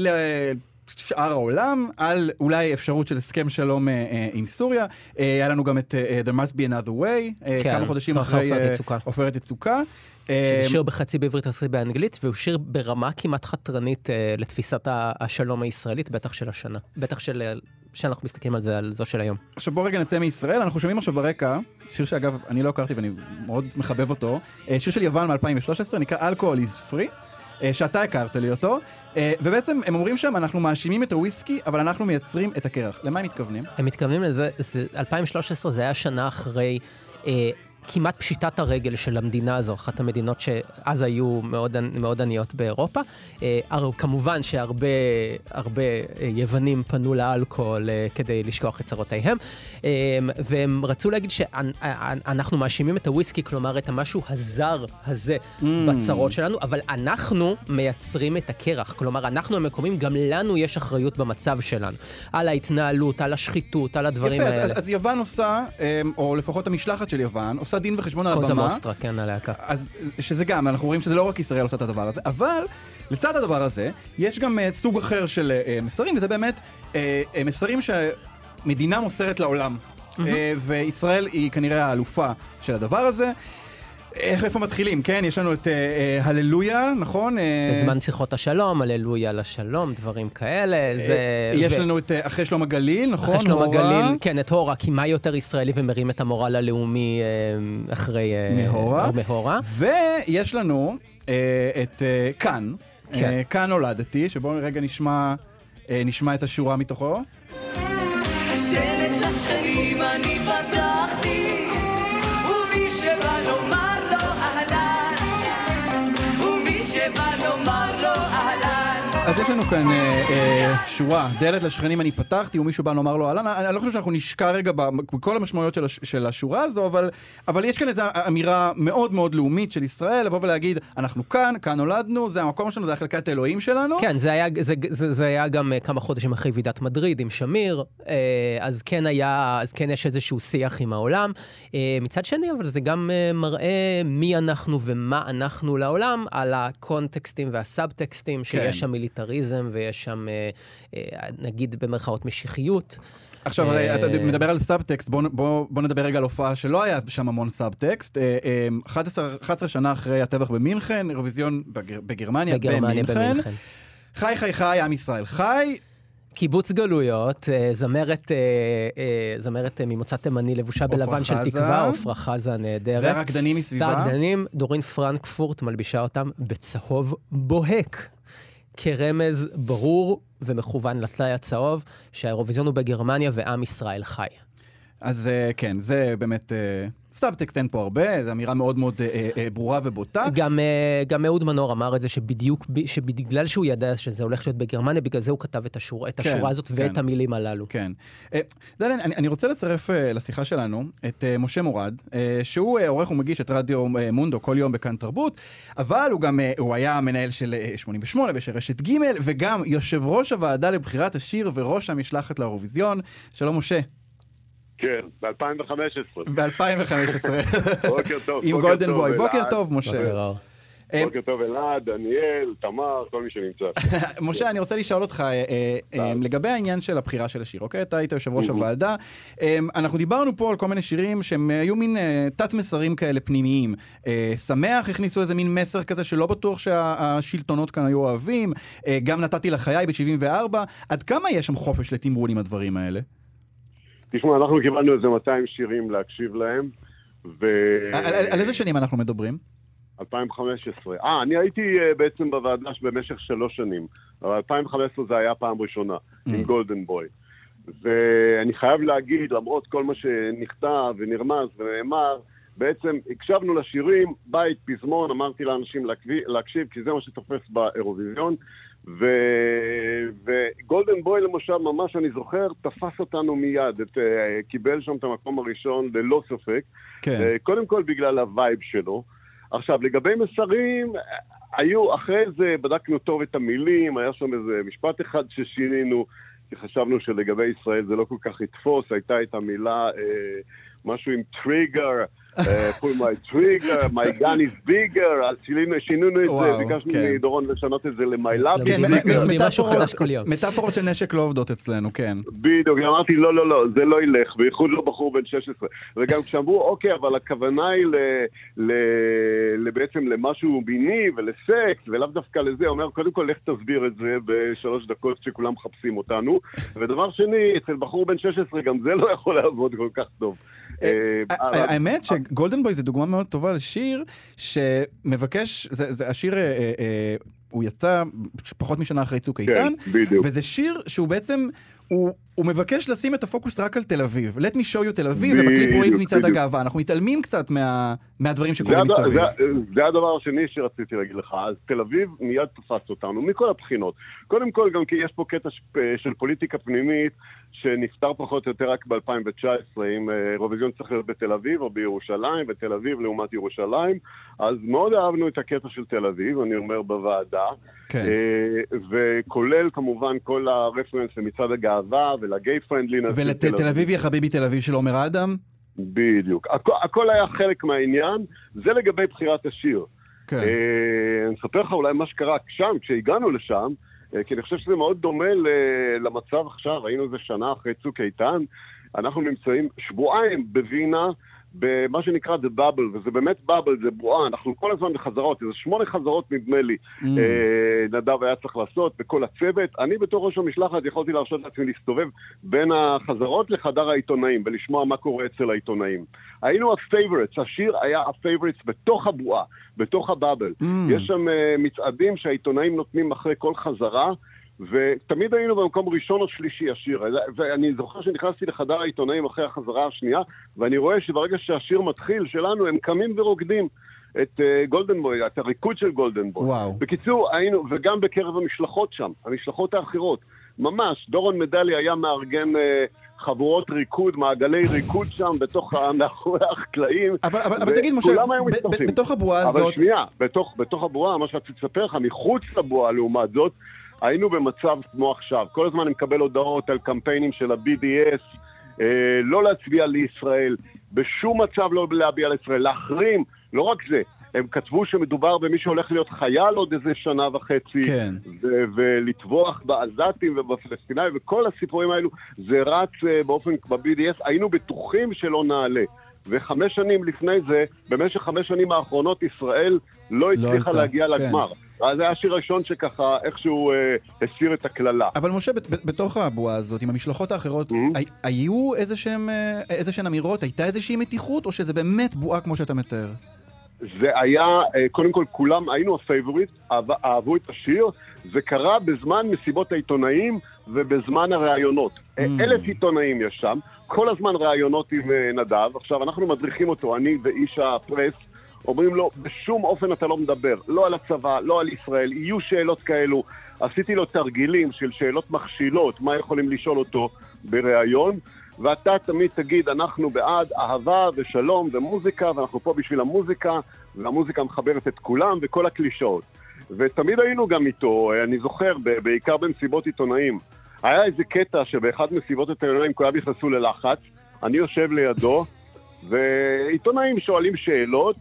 לשאר העולם, על אולי אפשרות של הסכם שלום אה, אה, עם סוריה. אה, היה לנו גם את אה, There Must Be Another Way, אה, כן, כמה חודשים אחרי עופרת יצוקה. עופרת יצוקה. שזה שיר בחצי בעברית חצי באנגלית, והוא שיר ברמה כמעט חתרנית אה, לתפיסת השלום הישראלית, בטח של השנה. בטח של... שאנחנו מסתכלים על זה, על זו של היום. עכשיו בוא רגע נצא מישראל, אנחנו שומעים עכשיו ברקע, שיר שאגב אני לא הכרתי ואני מאוד מחבב אותו, שיר של יוון מ-אלפיים ושלוש עשרה, נקרא Alcohol is Free, שאתה הכרת לי אותו, ובעצם הם אומרים שם, אנחנו מאשימים את הוויסקי, אבל אנחנו מייצרים את הקרח. למה הם מתכוונים? הם מתכוונים לזה, זה, אלפיים ושלוש עשרה זה היה שנה אחרי... אה, כמעט פשיטת הרגל של המדינה הזו, אחת המדינות שאז היו מאוד, מאוד עניות באירופה. אה, כמובן שהרבה הרבה יוונים פנו לאלכוהול אה, כדי לשכוח את צרותיהם, אה, והם רצו להגיד שאנחנו מאשימים את הוויסקי, כלומר את המשהו הזר הזה mm. בצרות שלנו, אבל אנחנו מייצרים את הקרח, כלומר אנחנו המקומים, גם לנו יש אחריות במצב שלנו, על ההתנהלות, על השחיתות, על הדברים יפה, האלה. אז, אז יוון עושה, או לפחות המשלחת של יוון, עושה דין וחשבון על הבמה. קוזה מוסטרה, כן, הלהקה. אז שזה גם, אנחנו רואים שזה לא רק ישראל עושה את הדבר הזה, אבל לצד הדבר הזה, יש גם uh, סוג אחר של uh, מסרים, וזה באמת uh, uh, מסרים שמדינה מוסרת לעולם. Mm-hmm. Uh, וישראל היא כנראה האלופה של הדבר הזה. איך, איפה מתחילים? כן, יש לנו את uh, uh, הללויה, נכון? בזמן שיחות השלום, הללויה לשלום, דברים כאלה. זה... יש ו... לנו את uh, אחרי שלום הגליל, נכון? אחרי שלום הורה. הגליל, כן, את הורה, כי מה יותר ישראלי ומרים את המורל הלאומי uh, אחרי... Uh, מהורה. מהורה. ויש לנו uh, את uh, כאן, כן. uh, כאן נולדתי, שבואו רגע נשמע, uh, נשמע את השורה מתוכו. דלת לשכנים אני פתחתי, ומי שבא לומר לו אהלן, ומי שבא לומר לו אהלן. אז יש לנו כאן אה, אה, שורה, דלת לשכנים אני פתחתי, ומישהו בא לומר לו אהלן. אני, אני לא חושב שאנחנו נשקע רגע בכל המשמעויות של, הש, של השורה הזו, אבל, אבל יש כאן איזו אמירה מאוד מאוד לאומית של ישראל, לבוא ולהגיד, אנחנו כאן, כאן נולדנו, זה המקום שלנו, זה החלקת האלוהים שלנו. כן, זה היה, זה, זה, זה היה גם כמה חודשים אחרי ועידת מדריד עם שמיר, אז כן היה, אז כן יש איזשהו שיח עם העולם. מצד שני, אבל זה גם מראה מי אנחנו ומה אנחנו לעולם, על הקונטקסטים והסאבטקסטים, שיש שם מיליטריזם ויש שם, נגיד במרכאות משיחיות. עכשיו, אתה מדבר על סאבטקסט, בוא, בוא, בוא נדבר רגע על הופעה שלא היה שם המון סאבטקסט. אחת עשרה שנה אחרי הטבח במינכן, אירוויזיון בגר, בגרמניה, בגרמניה במינכן. במינכן. חי, חי, חי, עם ישראל חי. קיבוץ גלויות, זמרת, זמרת ממוצא תימני לבושה בלבן של תקווה, עופרה חזה נהדרת. והרקדנים מסביבה. והרקדנים, דורין פרנקפורט מלבישה אותם בצהוב בוהק. כרמז ברור ומכוון לטלאי הצהוב, שהאירוויזיון הוא בגרמניה ועם ישראל חי. אז כן, זה באמת... סאבטקסט אין פה הרבה, זו אמירה מאוד מאוד אה, אה, ברורה ובוטה. גם, אה, גם אהוד מנור אמר את זה שבדיוק, שבגלל שהוא ידע שזה הולך להיות בגרמניה, בגלל זה הוא כתב את השורה, את כן, השורה הזאת כן. ואת המילים הללו. כן. אה, דלן, אני, אני רוצה לצרף אה, לשיחה שלנו את אה, משה מורד, אה, שהוא אה, עורך ומגיש את רדיו אה, מונדו כל יום בכאן תרבות, אבל הוא גם, אה, הוא היה מנהל של אה, שמונים ושמונה ושל רשת ג' וגם יושב ראש הוועדה לבחירת השיר וראש המשלחת לאירוויזיון. שלום משה. כן, ב-אלפיים וחמש עשרה. ב-אלפיים וחמש עשרה. בוקר טוב. עם גולדן בוי. בוקר טוב, משה. בוקר טוב, אלעד, דניאל, תמר, כל מי שנמצא. משה, אני רוצה לשאול אותך לגבי העניין של הבחירה של השיר, אוקיי? אתה היית יושב ראש הוועדה. אנחנו דיברנו פה על כל מיני שירים שהם היו מין תת מסרים כאלה פנימיים. שמח, הכניסו איזה מין מסר כזה שלא בטוח שהשלטונות כאן היו אוהבים. גם נתתי לחיי ב-שבעים וארבע. עד כמה יש שם חופש לתמרון עם הדברים האלה? תשמע, אנחנו קיבלנו איזה מאתיים שירים להקשיב להם, ו... על, על, על איזה שנים אנחנו מדברים? אלפיים וחמש עשרה. אה, אני הייתי uh, בעצם בוועדה במשך שלוש שנים. אבל אלפיים וחמש עשרה זה היה פעם ראשונה, mm. עם גולדן בוי. ואני חייב להגיד, למרות כל מה שנכתב ונרמז ונאמר, בעצם הקשבנו לשירים, בית, פזמון, אמרתי לאנשים להקשיב, להקשיב כי זה מה שתופס באירוויזיון. ו... וגולדן בוי למשל, ממש אני זוכר, תפס אותנו מיד, את, uh, קיבל שם את המקום הראשון ללא ספק. כן. Uh, קודם כל בגלל הווייב שלו. עכשיו, לגבי מסרים, היו, אחרי זה בדקנו טוב את המילים, היה שם איזה משפט אחד ששינינו, כי חשבנו שלגבי ישראל זה לא כל כך יתפוס, הייתה את המילה, אה, משהו עם טריגר, pull my trigger, my gun is bigger, אז שינינו את זה, ביקשנו מדורון לשנות את זה ל-my love is bigger. מטאפורות של נשק לא עובדות אצלנו, כן. בדיוק, אמרתי, לא, לא, לא, זה לא ילך, בייחוד לא בחור בן שש עשרה. וגם כשאמרו, אוקיי, אבל הכוונה היא בעצם למשהו ביני ולסקס, ולאו דווקא לזה, אומר, קודם כל, לך תסביר את זה בשלוש דקות שכולם מחפשים אותנו. ודבר שני, אצל בחור בן שש עשרה, גם זה לא יכול לעבוד כל כך טוב. האמת שגולדן בוי זה דוגמה מאוד טובה לשיר שמבקש, זה השיר, הוא יצא פחות משנה אחרי צוק איתן, וזה שיר שהוא בעצם, הוא מבקש לשים את הפוקוס רק על תל אביב. Let me show you תל אביב, ובקליפ רואים מצד הגאווה. אנחנו מתעלמים קצת מהדברים שקורים מסביב. זה הדבר השני שרציתי להגיד לך. אז תל אביב מיד תפס אותנו, מכל הבחינות. קודם כל, גם כי יש פה קטע של פוליטיקה פנימית, שנפטר פחות או יותר רק ב-אלפיים תשע עשרה, אם אירוויזיון צריך להיות בתל אביב או בירושלים, ותל אביב לעומת ירושלים. אז מאוד אהבנו את הקטע של תל אביב, אני אומר בוועדה. וכולל כמובן כל הרפרנס למצעד הגאווה ולגיי פרנדלינס. ולתל אביב יא חביבי תל אביב של עומר אדם? בדיוק. הכל היה חלק מהעניין. זה לגבי בחירת השיר. אני אספר לך אולי מה שקרה שם, כשהגענו לשם, כי אני חושב שזה מאוד דומה למצב עכשיו, היינו איזה שנה אחרי צוק איתן, אנחנו נמצאים שבועיים בווינה, במה שנקרא The Bubble, וזה באמת Bubble, זה בועה, אנחנו כל הזמן בחזרות, איזה שמונה חזרות נדמה לי, mm. אה, נדב היה צריך לעשות, בכל הצוות, אני בתור ראש המשלחת יכולתי להרשות לעצמי להסתובב בין החזרות לחדר העיתונאים, ולשמוע מה קורה אצל העיתונאים. היינו הפייבורטס, השיר היה הפייבורטס בתוך הבועה, בתוך הבאבל. Mm. יש שם אה, מצעדים שהעיתונאים נותנים אחרי כל חזרה, ותמיד היינו במקום ראשון או שלישי השיר, ואני זוכר שנכנסתי לחדר העיתונאים אחרי החזרה השנייה, ואני רואה שברגע שהשיר מתחיל שלנו, הם קמים ורוקדים את גולדן בוי, את הריקוד של גולדן בוי. וואו. בקיצור, היינו, וגם בקרב המשלחות שם, המשלחות האחרות, ממש, דורון מדלי היה מארגן חבורות ריקוד, מעגלי ריקוד שם, בתוך, מאחורי החקלאים. אבל, אבל, אבל תגיד, משה, בתוך הבועה הזאת... אבל שנייה, בתוך, בתוך הבועה, מה שרציתי לספר לך, מחוץ לבועה לעומת זאת, היינו במצב כמו עכשיו, כל הזמן אני מקבל הודעות על קמפיינים של ה-בי די אס, אה, לא להצביע לישראל, בשום מצב לא להביע לישראל, להחרים, לא רק זה, הם כתבו שמדובר במי שהולך להיות חייל עוד איזה שנה וחצי, כן. ו- ולטבוח בעזתים ובפלסטינאים, וכל הסיפורים האלו, זה רץ אה, באופן ב-בי די אס, היינו בטוחים שלא נעלה. וחמש שנים לפני זה, במשך חמש שנים האחרונות, ישראל לא הצליחה לא להגיע כן. לגמר. אז זה היה השיר הראשון שככה איכשהו אה, הסיר את הכללה. אבל משה, ב- ב- בתוך הבועה הזאת, עם המשלחות האחרות, mm-hmm. הי- היו איזשהם, אה, איזשהם אמירות? הייתה איזושהי מתיחות, או שזה באמת בועה כמו שאתה מתאר? זה היה, אה, קודם כל, כולם היינו הפייבוריט, אהב, אהבו את השיר, זה קרה בזמן מסיבות העיתונאים ובזמן הראיונות. Mm-hmm. אלף עיתונאים יש שם, כל הזמן ראיונות עם אה, נדב, עכשיו אנחנו מדריכים אותו, אני ואיש הפרס, אומרים לו, בשום אופן אתה לא מדבר, לא על הצבא, לא על ישראל, יהיו שאלות כאלו. עשיתי לו תרגילים של שאלות מכשילות, מה יכולים לשאול אותו בראיון, ואתה תמיד תגיד, אנחנו בעד אהבה ושלום ומוזיקה, ואנחנו פה בשביל המוזיקה, והמוזיקה מחברת את כולם וכל הקלישאות. ותמיד היינו גם איתו, אני זוכר, בעיקר במסיבות עיתונאים, היה איזה קטע שבאחד מסיבות עיתונאים כולם נכנסו ללחץ, אני יושב לידו, ועיתונאים שואלים שאלות,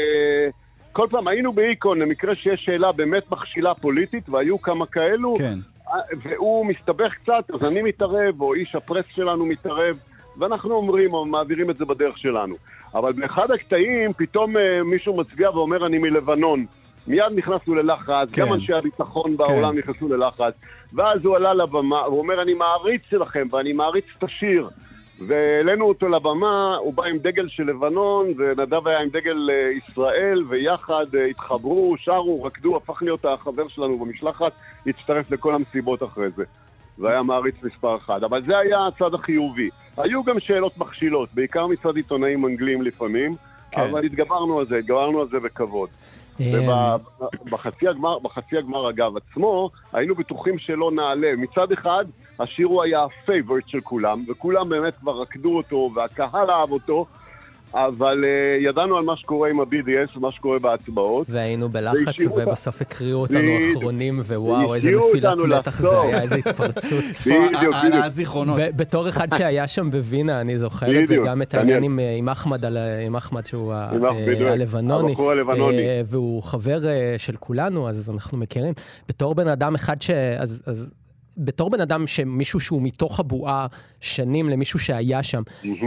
וכל פעם היינו באיקון, למקרה שיש שאלה באמת מכשילה פוליטית, והיו כמה כאלו, כן. והוא מסתבך קצת, אז אני מתערב, או איש הפרס שלנו מתערב, ואנחנו אומרים, או מעבירים את זה בדרך שלנו. אבל באחד הקטעים, פתאום מישהו מצביע ואומר, אני מלבנון. מיד נכנסנו ללחץ, כן. גם אנשי הביטחון בעולם כן. נכנסו ללחץ, ואז הוא עלה לבמה, הוא אומר, אני מעריץ שלכם, ואני מעריץ את השיר. והעלינו אותו לבמה, הוא בא עם דגל של לבנון, ונדב היה עם דגל ישראל, ויחד התחברו, שרו, רקדו, הפך להיות החבר שלנו במשלחת, הצטרף לכל המסיבות אחרי זה. זה היה מעריץ מספר אחד, אבל זה היה הצד החיובי. היו גם שאלות מכשילות, בעיקר מצד עיתונאים אנגלים לפעמים, כן. אבל התגברנו על זה, התגברנו על זה בכבוד. ובחצי הגמר, בחצי הגמר אגב עצמו, היינו בטוחים שלא נעלה. מצד אחד, השיר הוא היה הפייבורט של כולם, וכולם באמת כבר רקדו אותו, והקהל אהב אותו, אבל uh, ידענו על מה שקורה עם ה-בי די אס ומה שקורה בהצבעות. והיינו בלחץ, ובסוף הקריאו אותנו אחרונים, ווואו, איזה נפילת מתח זה היה, איזה התפרצות. העלאת זיכרונות. בתור אחד שהיה שם בווינה, אני זוכר את זה, גם את העניין עם אחמד, עם אחמד שהוא הלבנוני, והוא חבר של כולנו, אז אנחנו מכירים. בתור בן אדם אחד ש... בתור בן אדם שמישהו שהוא מתוך הבועה שנים למישהו שהיה שם,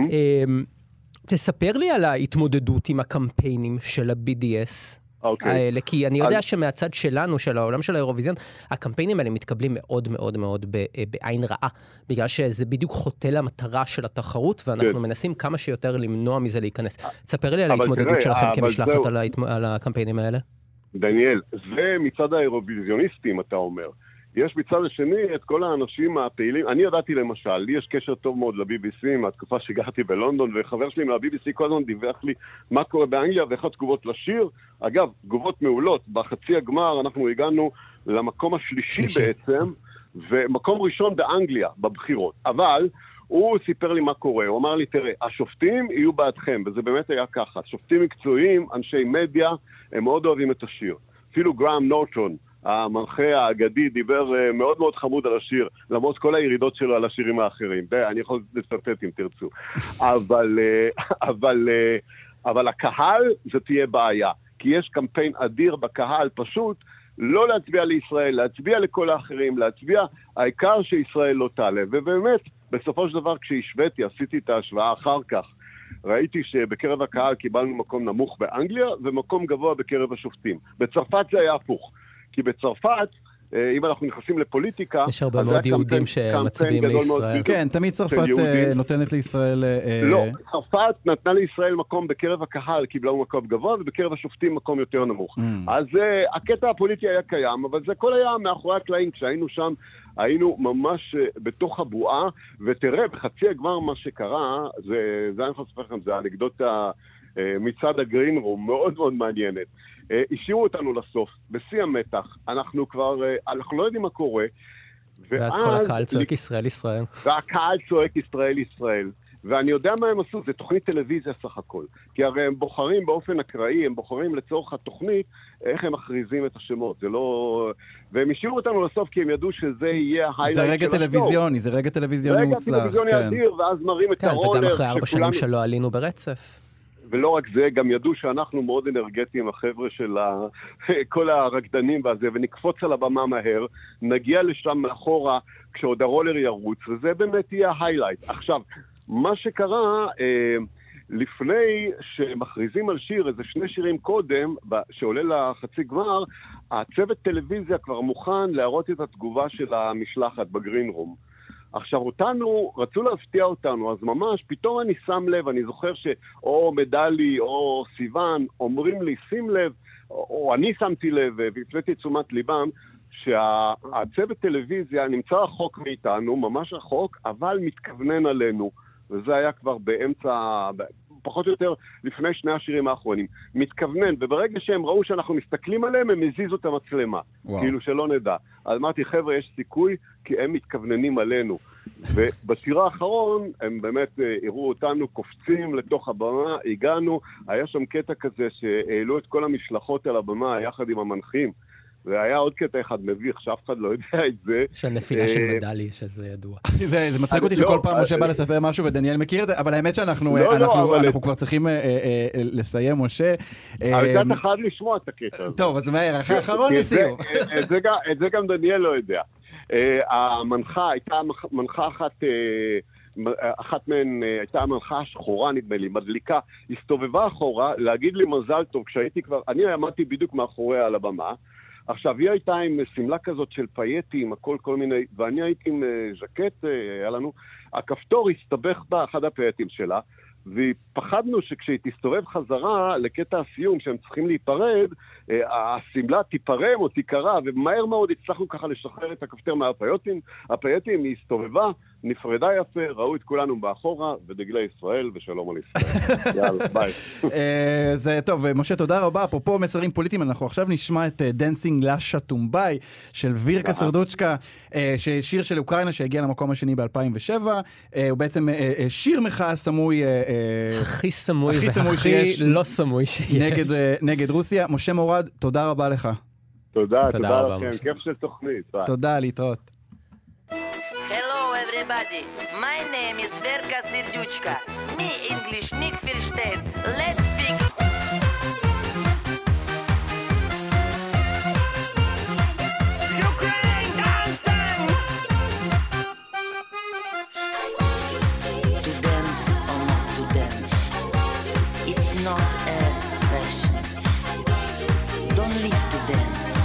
תספר לי על ההתמודדות עם הקמפיינים של ה-בי די אס האלה, כי אני יודע שמהצד שלנו, של העולם של האירוויזיון, הקמפיינים האלה מתקבלים מאוד מאוד מאוד בעין רעה, בגלל שזה בדיוק חוטא למטרה של התחרות, ואנחנו מנסים כמה שיותר למנוע מזה להיכנס. תספר לי על ההתמודדות שלכם כמשלחת על הקמפיינים האלה. דניאל, זה מצד האירוויזיוניסטים, אתה אומר. יש מצד השני את כל האנשים הפעילים. אני ידעתי למשל, לי יש קשר טוב מאוד ל-בי בי סי מהתקופה שגרתי בלונדון, וחבר שלי מה-בי בי סי כל הזמן דיווח לי מה קורה באנגליה ואיך התגובות לשיר. אגב, תגובות מעולות. בחצי הגמר אנחנו הגענו למקום השלישי שלישי. בעצם, ומקום ראשון באנגליה בבחירות. אבל הוא סיפר לי מה קורה. הוא אמר לי, תראה, השופטים יהיו בעדכם, וזה באמת היה ככה. שופטים מקצועיים, אנשי מדיה, הם מאוד אוהבים את השיר. אפילו גראם נורטון, המנחה האגדי, דיבר מאוד מאוד חמוד על השיר, למרות כל הירידות שלו על השירים האחרים. די, אני יכול לצטט אם תרצו. אבל, אבל, אבל הקהל זה תהיה בעיה, כי יש קמפיין אדיר בקהל, פשוט לא להצביע לישראל, להצביע לכל האחרים, להצביע, העיקר שישראל לא תעלה. ובאמת, בסופו של דבר, כשהשוויתי, עשיתי את ההשוואה אחר כך, ראיתי שבקרב הקהל קיבלנו מקום נמוך באנגליה, ומקום גבוה בקרב השופטים. בצרפת זה היה הפוך. כי בצרפת, אם אנחנו נכנסים לפוליטיקה... יש הרבה מאוד יהודים שמצביעים לישראל. כן, תמיד צרפת נותנת לישראל... לא, צרפת נתנה לישראל מקום בקרב הקהל, קיבלה מקום גבוה, ובקרב השופטים מקום יותר נמוך. אז הקטע הפוליטי היה קיים, אבל זה כל היה מאחורי הקלעים. כשהיינו שם, היינו ממש בתוך הבועה, ותראה, בחצי הגמר מה שקרה, זה אני יכול לספר לכם, זה האנקדוטה מצד הגרין רום, מאוד מאוד מעניינת. השאירו אותנו לסוף, בשיא המתח, אנחנו כבר, אנחנו לא יודעים מה קורה. ואז כל הקהל צועק ישראל ישראל. והקהל צועק ישראל ישראל. ואני יודע מה הם עשו, זה תוכנית טלוויזיה סך הכל. כי הרי הם בוחרים באופן אקראי, הם בוחרים לצורך התוכנית, איך הם מכריזים את השמות. זה לא... והם השאירו אותנו לסוף, כי הם ידעו שזה יהיה ההיילייט של זה רגע טלוויזיוני, זה רגע טלוויזיוני מוצלח. רגע טלוויזיוני אדיר, ואז מראים את הרולר. וגם אחרי ארבע שנים שלא עלינו ברצף. ולא רק זה, גם ידעו שאנחנו מאוד אנרגטיים, החבר'ה של כל הרקדנים והזה, ונקפוץ על הבמה מהר, נגיע לשם מאחורה כשעוד הרולר ירוץ, וזה באמת יהיה ההיילייט. עכשיו, מה שקרה, אה, לפני שמכריזים על שיר, איזה שני שירים קודם, שעולה לחצי גמר, הצוות טלוויזיה כבר מוכן להראות את התגובה של המשלחת בגרין רום. עכשיו אותנו, רצו להפתיע אותנו, אז ממש פתאום אני שם לב, אני זוכר שאו מדלי או סיוון אומרים לי, שים לב, או, או אני שמתי לב והפניתי את תשומת ליבם, שהצוות טלוויזיה נמצא רחוק מאיתנו, ממש רחוק, אבל מתכוונן עלינו, וזה היה כבר באמצע, פחות או יותר לפני שני השירים האחרונים, מתכוונן, וברגע שהם ראו שאנחנו מסתכלים עליהם, הם הזיזו את המצלמה, וואו. כאילו שלא נדע. אז אמרתי, חבר'ה, יש סיכוי, כי הם מתכווננים עלינו. ובשיר האחרון, הם באמת הראו אותנו קופצים לתוך הבמה, הגענו, היה שם קטע כזה שהעלו את כל המשלחות על הבמה, יחד עם המנחים, והיה עוד קטע אחד מביך, שאף אחד לא יודע את זה. שהנפילה של מדלי, שזה ידוע. זה מצחיק אותי שכל פעם משה בא לספר משהו ודניאל מכיר את זה, אבל האמת שאנחנו כבר צריכים לסיים, משה. אבל אתה חייב לשמוע את הקטע הזה. טוב, אז מהר, אחרון לסיום. את זה גם דניאל לא יודע. המנחה, הייתה מנחה אחת, אחת מהן הייתה המנחה השחורה, נדמה לי, מדליקה, הסתובבה אחורה, להגיד לי מזל טוב, כשהייתי כבר, אני עמדתי בדיוק מאחוריה על הבמה, עכשיו, היא הייתה עם סמלה כזאת של פייטים, הכל כל מיני, ואני הייתי עם ז'קט, היה לנו, הכפתור הסתבך באחד הפייטים שלה, ופחדנו שכשהיא תסתובב חזרה לקטע הסיום, שהם צריכים להיפרד, הסמלה תיפרם או תיקרה, ומהר מאוד הצלחנו ככה לשחרר את הכפתר מהפייטים, הפייטים היא הסתובבה, נפרדה יפה, ראו את כולנו באחורה, ודגלי ישראל ושלום על ישראל. יאללה, ביי. זה טוב, משה, תודה רבה. אפרופו מסרים פוליטיים, אנחנו עכשיו נשמע את דנסינג לאשה טומביי של וירקה סרדוצ'קה, שיר של אוקראינה שהגיע למקום השני ב-אלפיים ושבע. הוא בעצם שיר מחאה סמוי, הכי סמוי והכי לא סמוי שיש. נגד רוסיה. משה מורד, תודה רבה לך. תודה, תודה לכם. כיף של תוכנית. תודה, להתראות. Everybody, my name is Verka Serdyuchka. Me English Nick Firstein. Let's speak. Ukraine dancing. To dance or not to dance, it's not a passion. Don't live to dance.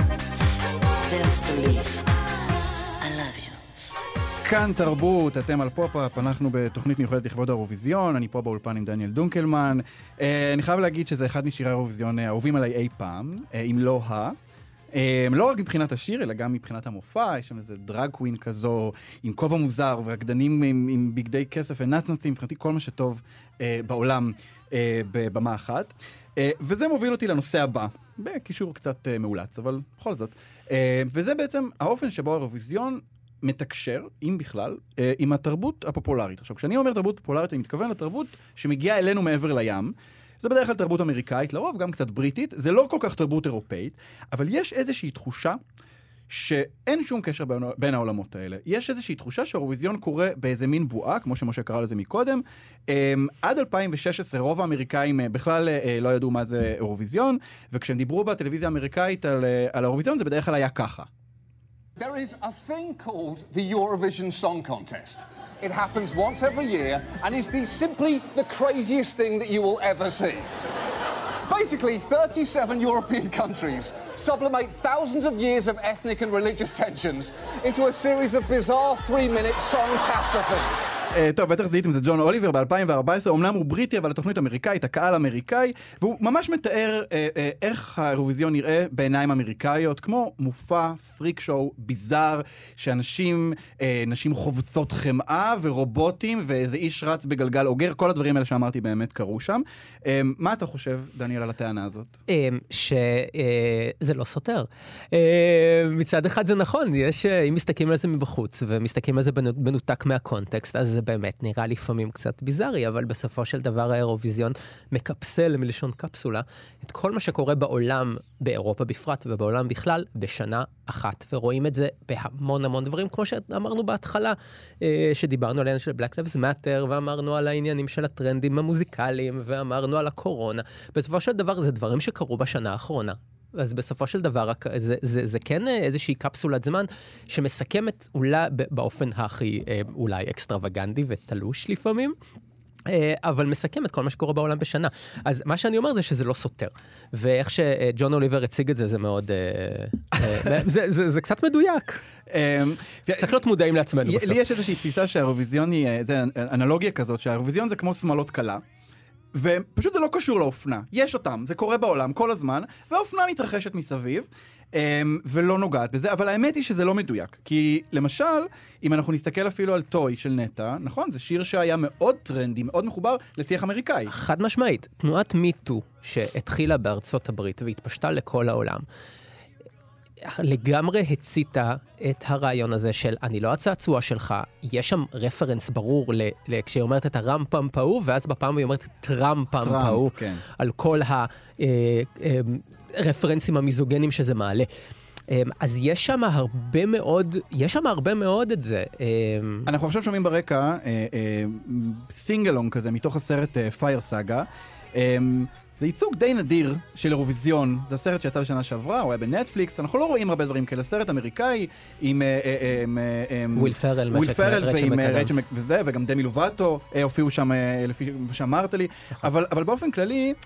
Dance to live. I love you. כאן תרבות, אתם על פופ-אפ, אנחנו בתוכנית מיוחדת לכבוד האירוויזיון, אני פה באולפן עם דניאל דונקלמן. אני חייב להגיד שזה אחד משירי האירוויזיון האהובים עליי אי פעם, אם לא ה. לא רק מבחינת השיר, אלא גם מבחינת המופע, יש שם איזה דרג קווין כזו, עם כובע מוזר, ורקדנים עם, עם בגדי כסף ונצנצים, מבחינתי כל מה שטוב אה, בעולם אה, בבמה אחת. אה, וזה מוביל אותי לנושא הבא, בקישור קצת אה, מאולץ, אבל בכל זאת. אה, וזה בעצם האופן שבו האירוויזיון מתקשר, אם בכלל, עם התרבות הפופולרית. עכשיו, כשאני אומר תרבות פופולרית, אני מתכוון לתרבות שמגיעה אלינו מעבר לים. זה בדרך כלל תרבות אמריקאית, לרוב גם קצת בריטית. זה לא כל כך תרבות אירופאית, אבל יש איזושהי תחושה שאין שום קשר בין, בין העולמות האלה. יש איזושהי תחושה שהאירוויזיון קורה באיזה מין בועה, כמו שמשה קרא לזה מקודם. עד אלפיים ושש עשרה רוב האמריקאים בכלל לא ידעו מה זה אירוויזיון, וכשהם דיברו בטלוויזיה האמריקאית על, על האירוויזיון, זה בדרך כלל היה ככה. There is a thing called the Eurovision Song Contest. It happens once every year and is the simply the craziest thing that you will ever see. Basically, thirty-seven European countries sublimate thousands of years of ethnic and religious tensions into a series of bizarre three-minute song-tastrophes. טוב, בטח זיהיתם, זה ג'ון אוליבר ב-אלפיים וארבע עשרה, אומנם הוא בריטי, אבל התוכנית אמריקאית, הקהל אמריקאי, והוא ממש מתאר אה, אה, איך האירוויזיון נראה בעיניים אמריקאיות, כמו מופע, פריק שואו, ביזר, שאנשים, אה, נשים חובצות חמאה ורובוטים, ואיזה איש רץ בגלגל אוגר, כל הדברים האלה שאמרתי באמת קרו שם. אה, מה אתה חושב, דניאל, על הטענה הזאת? אה, שזה לא סותר. אה, מצד אחד זה נכון, יש, אם מסתכלים על זה מבחוץ, ומסתכלים על זה בנותק מהקונטקסט, אז זה באמת נראה לפעמים קצת ביזרי, אבל בסופו של דבר האירוויזיון מקפסל מלשון קפסולה את כל מה שקורה בעולם, באירופה בפרט ובעולם בכלל, בשנה אחת. ורואים את זה בהמון המון דברים, כמו שאמרנו בהתחלה, שדיברנו על העניין של Black Lives Matter, ואמרנו על העניינים של הטרנדים המוזיקליים, ואמרנו על הקורונה. בסופו של דבר זה דברים שקרו בשנה האחרונה. אז בסופו של דבר, זה, זה, זה כן איזושהי קפסולת זמן שמסכמת אולי באופן הכי אולי אקסטרווגנדי ותלוש לפעמים, אבל מסכם את כל מה שקורה בעולם בשנה. אז מה שאני אומר זה שזה לא סותר. ואיך שג'ון אוליבר הציג את זה, זה מאוד... זה, זה, זה קצת מדויק. צריך להיות מודעים לעצמנו בסוף. לי יש איזושהי תפיסה שהאירוויזיון היא, זה אנלוגיה כזאת, שהאירוויזיון זה כמו שמלות קלה, ופשוט זה לא קשור לאופנה. יש אותם, זה קורה בעולם כל הזמן, והאופנה מתרחשת מסביב, ולא נוגעת בזה, אבל האמת היא שזה לא מדויק. כי למשל, אם אנחנו נסתכל אפילו על טוי של נטה, נכון? זה שיר שהיה מאוד טרנדי, מאוד מחובר לשיח אמריקאי. חד משמעית. תנועת מיטו שהתחילה בארצות הברית והתפשטה לכל העולם, לגמרי הציתה את הרעיון הזה של אני לא הצעצוע שלך, יש שם רפרנס ברור ל, ל, כשהיא אומרת את הרם פם פאו, ואז בפעם היא אומרת טראם פם פאו, כן. על כל הרפרנסים המיזוגנים שזה מעלה. אז יש שם הרבה מאוד, יש שם הרבה מאוד את זה. אנחנו עכשיו שומעים ברקע סינגלון כזה מתוך הסרט פייר סאגה. זה ייצוג די נדיר של אירוויזיון. זה הסרט שיצא בשנה שעברה, הוא היה בנטפליקס. אנחנו לא רואים הרבה דברים כאלה. סרט אמריקאי עם וויל פרל, וויל פרל ועם רייצ'ל וזה, וגם דמי לובטו הופיעו שם, לפי מה שאמרת לי. אבל באופן כללי,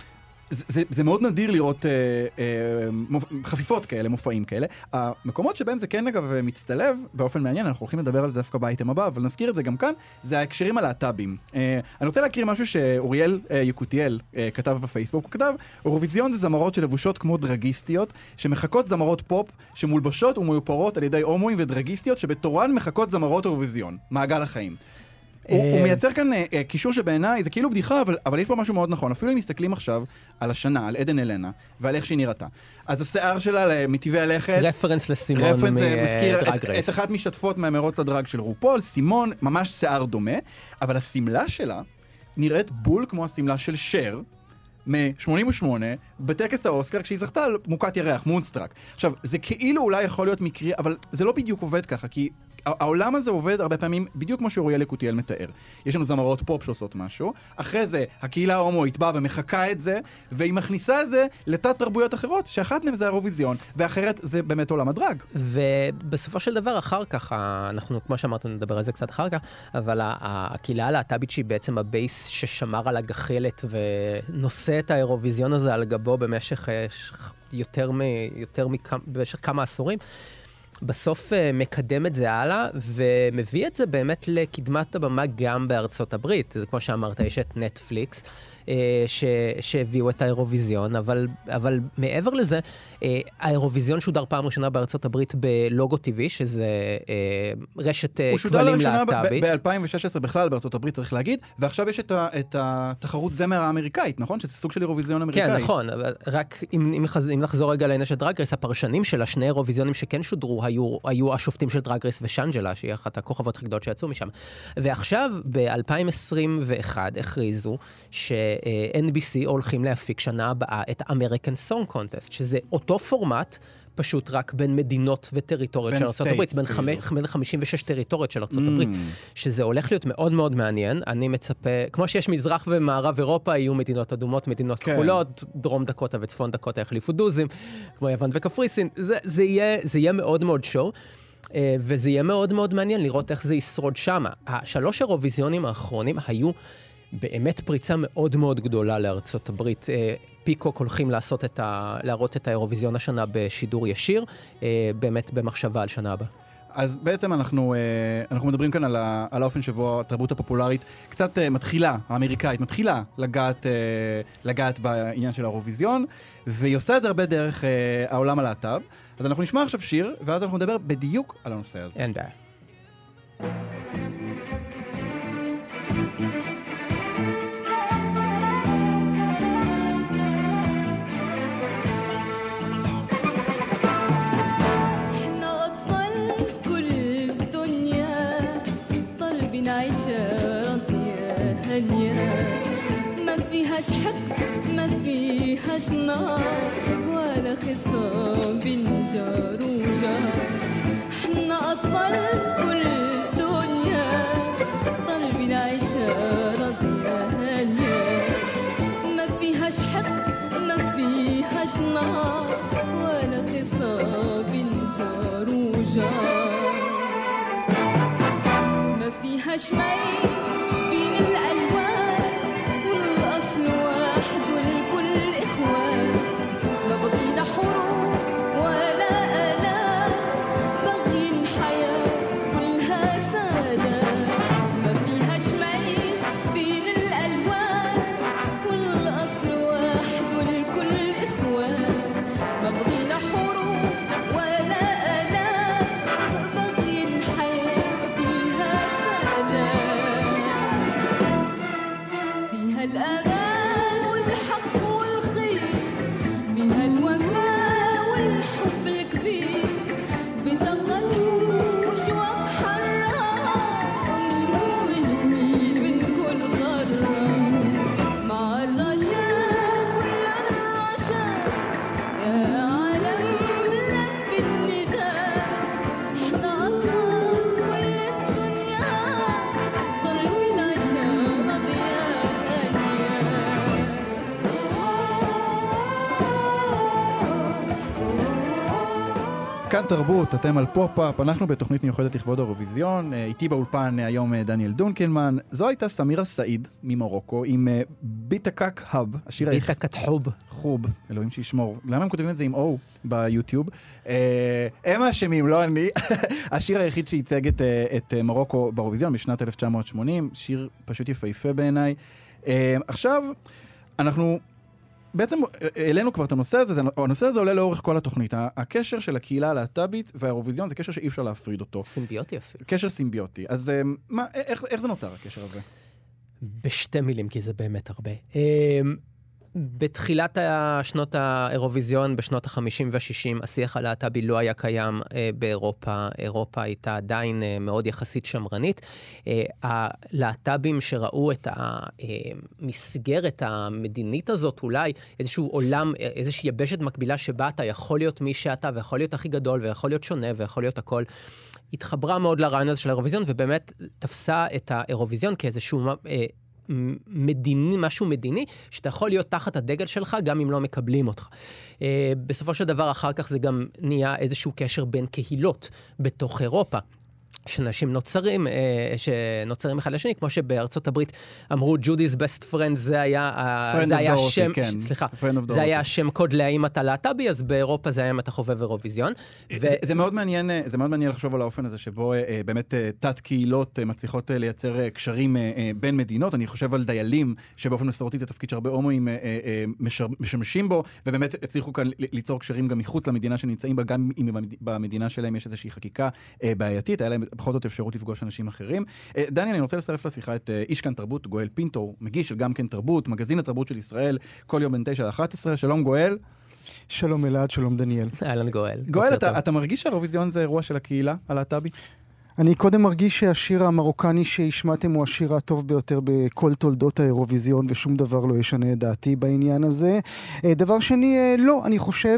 זה, זה מאוד נדיר לראות אה, אה, מופ... חפיפות כאלה, מופעים כאלה. המקומות שבהם זה כן אגב מצטלב, באופן מעניין, אנחנו הולכים לדבר על זה דווקא באייטם הבא, אבל נזכיר את זה גם כאן, זה ההקשרים הלהט"בים. אה, אני רוצה להכיר משהו שאוריאל אה, יקותיאל אה, כתב בפייסבוק, הוא כתב, אירוויזיון זה זמרות שלבושות כמו דרגיסטיות, שמחכות זמרות פופ, שמולבשות ומיופרות על ידי הומואים ודרגיסטיות, שבתורן מחכות זמרות אירוויזיון. מעגל החיים. הוא, הוא מייצר כאן uh, קישור שבעיניי, זה כאילו בדיחה, אבל, אבל יש פה משהו מאוד נכון. אפילו אם מסתכלים עכשיו על השנה, על עדן אלנה, ועל איך שהיא נראתה. אז השיער שלה מטבעי הלכת... רפרנס לסימון מדרג רייס. את אחת משתתפות מהמרוץ לדרג של רופול, סימון, ממש שיער דומה, אבל הסמלה שלה נראית בול כמו הסמלה של שר, מ-שמונים ושמונה, בטקס האוסקר, כשהיא זכתה על מוקת ירח, מונסטראק. עכשיו, זה כאילו אולי יכול להיות מקרי, אבל זה לא בדיוק עובד ככה, כי העולם הזה עובד הרבה פעמים בדיוק כמו שאוריאל יקותיאל מתאר. יש לנו זמרות פופ שעושות משהו, אחרי זה הקהילה ההומואית באה ומחכה את זה, והיא מכניסה את זה לתת תרבויות אחרות, שאחת מהם זה האירוויזיון, ואחרת זה באמת עולם הדרג. ובסופו של דבר אחר כך, אנחנו כמו שאמרת נדבר על זה קצת אחר כך, אבל הקהילה הלהט"בית שהיא בעצם הבייס ששמר על הגחלת ונושא את האירוויזיון הזה על גבו במשך יותר מ... יותר מכמה... במשך כמה עשורים, בסוף uh, מקדם את זה הלאה, ומביא את זה באמת לקדמת הבמה גם בארצות הברית. זה כמו שאמרת, יש את נטפליקס, uh, ש... שהביאו את האירוויזיון, אבל, אבל מעבר לזה, uh, האירוויזיון שודר פעם ראשונה בארצות הברית בלוגו טי-וי, שזה uh, רשת uh, כבלים להט"בית. ב-אלפיים ושש עשרה בכלל בארצות הברית צריך להגיד, ועכשיו יש את, ה... את התחרות זמר האמריקאית, נכון? שזה סוג של אירוויזיון אמריקאי. כן, נכון. רק אם, אם, חז... אם לחזור רגע לעניין של דרג רייס, הפרשנים של השני אירוויזיונים שכן שודרו היו, היו השופטים של דרג רייס ושאנג'לה, שהיא אחת הכוכבות הכי גדולות שיצאו משם. ועכשיו, ב-אלפיים עשרים ואחת, הכריזו ש-אן בי סי הולכים להפיק שנה הבאה את American Song Contest, שזה אותו פורמט, פשוט רק בין מדינות וטריטוריות של ארצות הברית, בין, חמ... בין חמישים ושש טריטוריות של ארצות הברית, שזה הולך להיות מאוד מאוד מעניין. אני מצפה, כמו שיש מזרח ומערב אירופה, יהיו מדינות אדומות, מדינות כחולות, דרום דקוטה וצפון דקוטה יחליפו דוזים, כמו יוון וקפריסין, זה, זה, יהיה, זה יהיה מאוד מאוד שואו, וזה יהיה מאוד מאוד מעניין לראות איך זה ישרוד שמה. השלוש אירוויזיונים האחרונים היו באמת פריצה מאוד מאוד גדולה לארצות הברית. פיקוק הולכים לעשות את ה... להראות את האירוויזיון השנה בשידור ישיר, באמת במחשבה על שנה הבאה. אז בעצם אנחנו, אנחנו מדברים כאן על, ה, על האופן שבו התרבות הפופולרית קצת מתחילה, האמריקאית, מתחילה לגעת, לגעת בעניין של האירוויזיון, והיא עושה את הרבה דרך העולם הלהט"ב. אז אנחנו נשמע עכשיו שיר, ואז אנחנו נדבר בדיוק על הנושא הזה. אין בעיה. عيشة راضية هانية ما فيهاش حق ما فيهاش نار ولا خصام بين جار وجار حنا أطفال كل الدنيا طالبين عيشة راضية هانية ما فيهاش حق ما فيهاش نار ولا خصام بين جار وجار فيهاش ميز بين الألوان والأصل واحد والكل إخوان ما بغينا حروب ولا آلام باغيين حياة كلها سلام ما فيهاش ميز بين الألوان والأصل واحد والكل إخوان ما بغينا حروب ولا آلام باغيين حياة كلها سلام כאן תרבות, אתם על פופ-אפ, אנחנו בתוכנית מיוחדת לכבוד האירוויזיון, איתי באולפן היום דניאל דונקלמן, זו הייתה סמירה סעיד ממרוקו עם ביטקק האב, השיר היחיד... ביטקק חוב. חוב, אלוהים שישמור. למה הם כותבים את זה עם או ביוטיוב? הם האשמים, לא אני. השיר היחיד שייצג את, את מרוקו באירוויזיון בשנת אלף תשע מאות שמונים, שיר פשוט יפהפה בעיניי. עכשיו, אנחנו... בעצם העלינו כבר את הנושא הזה, הנושא הזה עולה לאורך כל התוכנית. הקשר של הקהילה הלהט"בית והאירוויזיון זה קשר שאי אפשר להפריד אותו. סימביוטי אפילו. קשר סימביוטי. אז מה, איך, איך זה נוצר הקשר הזה? בשתי מילים, כי זה באמת הרבה. בתחילת שנות האירוויזיון, בשנות ה-חמישים וה-שישים, השיח הלהט"בי לא היה קיים אה, באירופה. אירופה הייתה עדיין אה, מאוד יחסית שמרנית. אה, הלהט"בים שראו את המסגרת המדינית הזאת, אולי איזשהו עולם, איזושהי יבשת מקבילה שבה אתה יכול להיות מי שאתה, ויכול להיות הכי גדול, ויכול להיות שונה, ויכול להיות הכל, התחברה מאוד לרעיון הזה של האירוויזיון, ובאמת תפסה את האירוויזיון כאיזשהו... אה, מדיני, משהו מדיני, שאתה יכול להיות תחת הדגל שלך, גם אם לא מקבלים אותך. Uh, בסופו של דבר, אחר כך זה גם נהיה איזשהו קשר בין קהילות בתוך אירופה. שאנשים נוצרים, שנוצרים אחד לשני, כמו שבארצות הברית אמרו, Judy's best friend, זה היה, זה היה השם, סליחה, זה היה השם קוד להאם אתה להט"בי, אז באירופה זה היה אם אתה חובב אירוויזיון. זה מאוד מעניין, זה מאוד מעניין לחשוב על האופן הזה, שבו באמת תת קהילות מצליחות לייצר קשרים בין מדינות. אני חושב על דיילים, שבאופן מסורתי זה תפקיד שהרבה הומואים משמשים בו, ובאמת הצליחו כאן ליצור קשרים גם מחוץ למדינה שנמצאים בה, גם אם במדינה שלהם יש איזושהי חקיקה בעייתית, היה להם בכל זאת אפשרות לפגוש אנשים אחרים. דניאל, אני רוצה לצרף לשיחה את איש כאן תרבות, גואל פינטו, מגיש של גם כן תרבות, מגזין התרבות של ישראל, כל יום בין תשע לאחת עשרה. שלום גואל. שלום אלעד, שלום דניאל. אהלן גואל. גואל, אתה, אתה מרגיש שהאירוויזיון זה אירוע של הקהילה הלהט"בית? אני קודם מרגיש שהשיר המרוקני שהשמעתם הוא השיר הטוב ביותר בכל תולדות האירוויזיון, ושום דבר לא ישנה את דעתי בעניין הזה. דבר שני, לא, אני חושב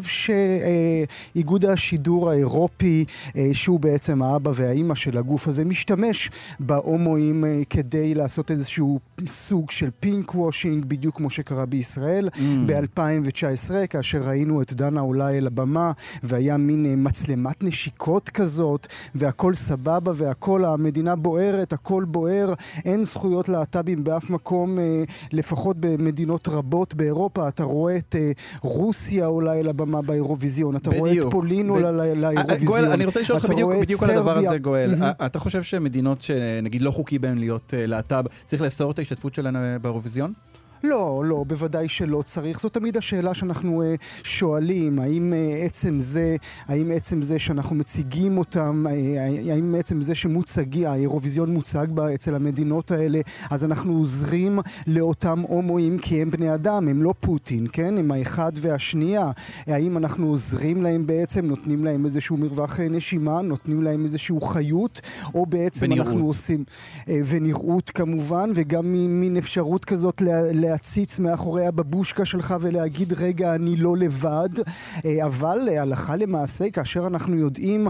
שאיגוד השידור האירופי, שהוא בעצם האבא והאימא של הגוף הזה, משתמש בהומואים כדי לעשות איזשהו סוג של פינק וושינג, בדיוק כמו שקרה בישראל mm. ב-אלפיים תשע עשרה, כאשר ראינו את דנה עולה אל הבמה, והיה מין מצלמת נשיקות כזאת, והכל סבבה, והכל, המדינה בוערת, הכל בוער, אין זכויות להט"בים באף מקום, לפחות במדינות רבות באירופה. אתה רואה את רוסיה עולה אל הבמה באירוויזיון, אתה רואה את פולין עולה לאירוויזיון. גואל, אני רוצה לשאול אותך בדיוק על הדבר הזה, גואל. אתה חושב שמדינות שנגיד לא חוקי בהן להיות להט"ב, צריך לאסור את ההשתתפות שלנו באירוויזיון? לא, לא, בוודאי שלא צריך. זו תמיד השאלה שאנחנו uh, שואלים, האם uh, עצם זה, האם עצם זה שאנחנו מציגים אותם, uh, האם עצם זה שמוצגי, האירוויזיון מוצג בה אצל המדינות האלה, אז אנחנו עוזרים לאותם הומואים כי הם בני אדם, הם לא פוטין, כן? הם האחד והשנייה. האם אנחנו עוזרים להם בעצם, נותנים להם איזשהו מרווח נשימה, נותנים להם איזשהו חיות, או בעצם ונראות. אנחנו עושים, uh, ונראות כמובן, וגם מין אפשרות כזאת לה... להציץ מאחורי הבבושקה שלך ולהגיד רגע אני לא לבד, אבל הלכה למעשה כאשר אנחנו יודעים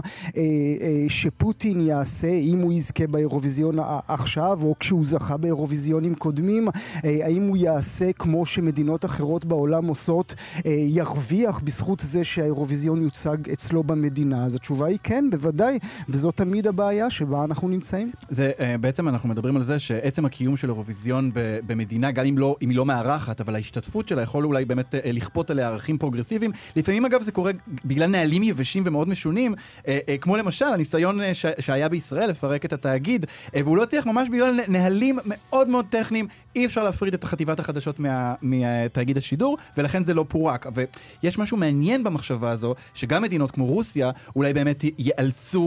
שפוטין יעשה, אם הוא יזכה באירוויזיון עכשיו או כשהוא זכה באירוויזיונים קודמים, האם הוא יעשה כמו שמדינות אחרות בעולם עושות, ירוויח בזכות זה שהאירוויזיון יוצג אצלו במדינה? אז התשובה היא כן, בוודאי, וזו תמיד הבעיה שבה אנחנו נמצאים. זה בעצם אנחנו מדברים על זה שעצם הקיום של אירוויזיון במדינה, גם אם לא, אם היא לא מערכת, אבל ההשתתפות שלה יכול אולי באמת לכפות עליה ערכים פרוגרסיביים. לפעמים אגב זה קורה בגלל נהלים יבשים ומאוד משונים, כמו למשל הניסיון שהיה בישראל לפרק את התאגיד, והוא לא הצליח ממש בגלל נהלים מאוד מאוד טכניים, אי אפשר להפריד את חטיבת החדשות מתאגיד השידור, ולכן זה לא פורק. ויש משהו מעניין במחשבה הזו, שגם מדינות כמו רוסיה אולי באמת יאלצו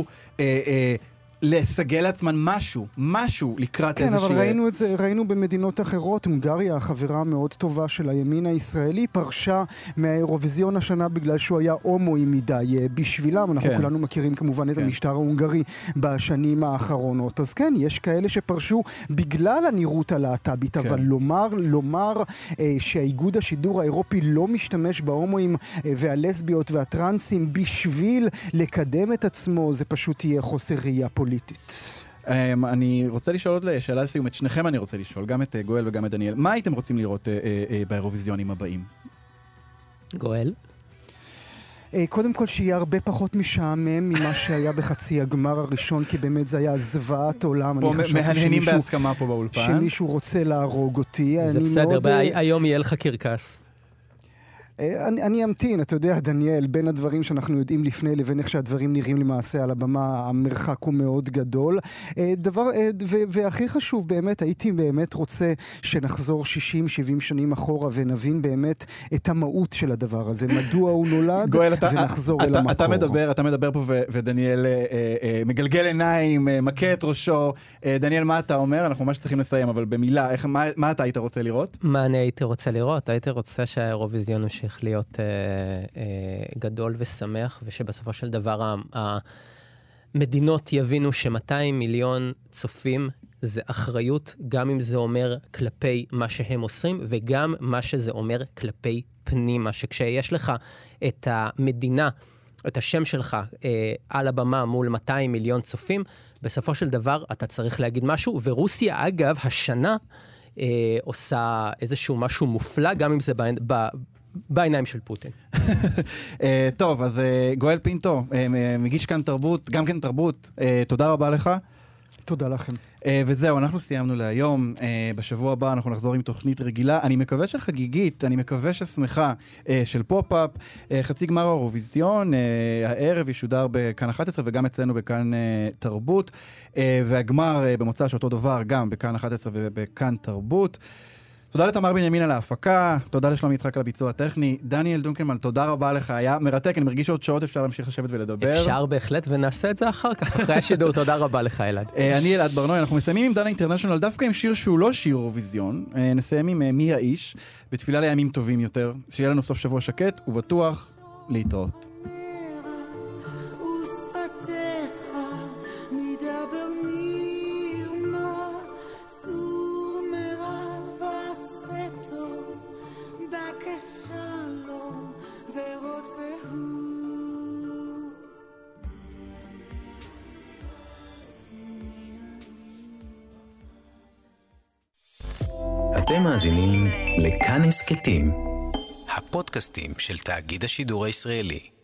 לסגל לעצמן משהו, משהו לקראת איזושהי... כן, אבל ראינו את זה, ראינו במדינות אחרות. הונגריה, החברה המאוד טובה של הימין הישראלי, פרשה מהאירוויזיון השנה בגלל שהוא היה הומואי מדי בשבילם. אנחנו כן. כולנו מכירים כמובן את כן. המשטר ההונגרי בשנים האחרונות. אז כן, יש כאלה שפרשו בגלל הנראות הלהט"בית, כן. אבל לומר, לומר אה, שהאיגוד השידור האירופי לא משתמש בהומואים אה, והלסביות והטרנסים בשביל לקדם את עצמו, זה פשוט יהיה חוסר ראייה פוליטית. אני רוצה לשאול עוד שאלה לסיום, את שניכם אני רוצה לשאול, גם את גואל וגם את דניאל, מה הייתם רוצים לראות באירוויזיונים הבאים? גואל? קודם כל שיהיה הרבה פחות משעמם ממה שהיה בחצי הגמר הראשון, כי באמת זה היה זוועת עולם. פה מהנהנים בהסכמה פה באולפן. שמישהו רוצה להרוג אותי. זה בסדר, היום יהיה לך קרקס. אני, אני אמתין, אתה יודע, דניאל, בין הדברים שאנחנו יודעים לפני לבין איך שהדברים נראים למעשה על הבמה, המרחק הוא מאוד גדול. דבר, ו, והכי חשוב באמת, הייתי באמת רוצה שנחזור שישים שבעים שנים אחורה ונבין באמת את המהות של הדבר הזה, מדוע הוא נולד, גואל, אתה, ונחזור אתה, אל המקור. אתה מדבר, אתה מדבר פה ו, ודניאל אה, אה, מגלגל עיניים, אה, מכה את ראשו. אה, דניאל, מה אתה אומר? אנחנו ממש צריכים לסיים, אבל במילה, איך, מה, מה אתה היית רוצה לראות? מה אני הייתי רוצה לראות? הייתי רוצה שהאירוויזיון הוא להיות אה, אה, גדול ושמח, ושבסופו של דבר המדינות יבינו ש-מאתיים מיליון צופים זה אחריות, גם אם זה אומר כלפי מה שהם עושים, וגם מה שזה אומר כלפי פנימה, שכשיש לך את המדינה, את השם שלך אה, על הבמה מול מאתיים מיליון צופים, בסופו של דבר אתה צריך להגיד משהו, ורוסיה אגב השנה אה, עושה איזשהו משהו מופלא, גם אם זה ב... ב בעיניים של פוטין. טוב, אז גואל פינטו, מגיש כאן תרבות, גם כן תרבות, תודה רבה לך. תודה לכם. וזהו, אנחנו סיימנו להיום. בשבוע הבא אנחנו נחזור עם תוכנית רגילה. אני מקווה שחגיגית, אני מקווה ששמחה של פופ-אפ. חצי גמר האירוויזיון, הערב ישודר בכאן אחת עשרה וגם אצלנו בכאן תרבות. והגמר במוצא שאותו דבר גם בכאן אחת עשרה ובכאן תרבות. תודה לתמר בנימין על ההפקה, תודה לשלומי יצחק על הביצוע הטכני, דניאל דונקלמן, תודה רבה לך, היה מרתק, אני מרגיש עוד שעות אפשר להמשיך לשבת ולדבר. אפשר בהחלט, ונעשה את זה אחר כך, אחרי השידור, תודה רבה לך אלעד. אני אלעד ברנועי, אנחנו מסיימים עם דנה אינטרנשיונל, דווקא עם שיר שהוא לא שיר אירוויזיון, נסיים עם מי האיש, בתפילה לימים טובים יותר, שיהיה לנו סוף שבוע שקט, ובטוח להתראות. אתם מאזינים לכאן הסכתים, הפודקאסטים של תאגיד השידור הישראלי.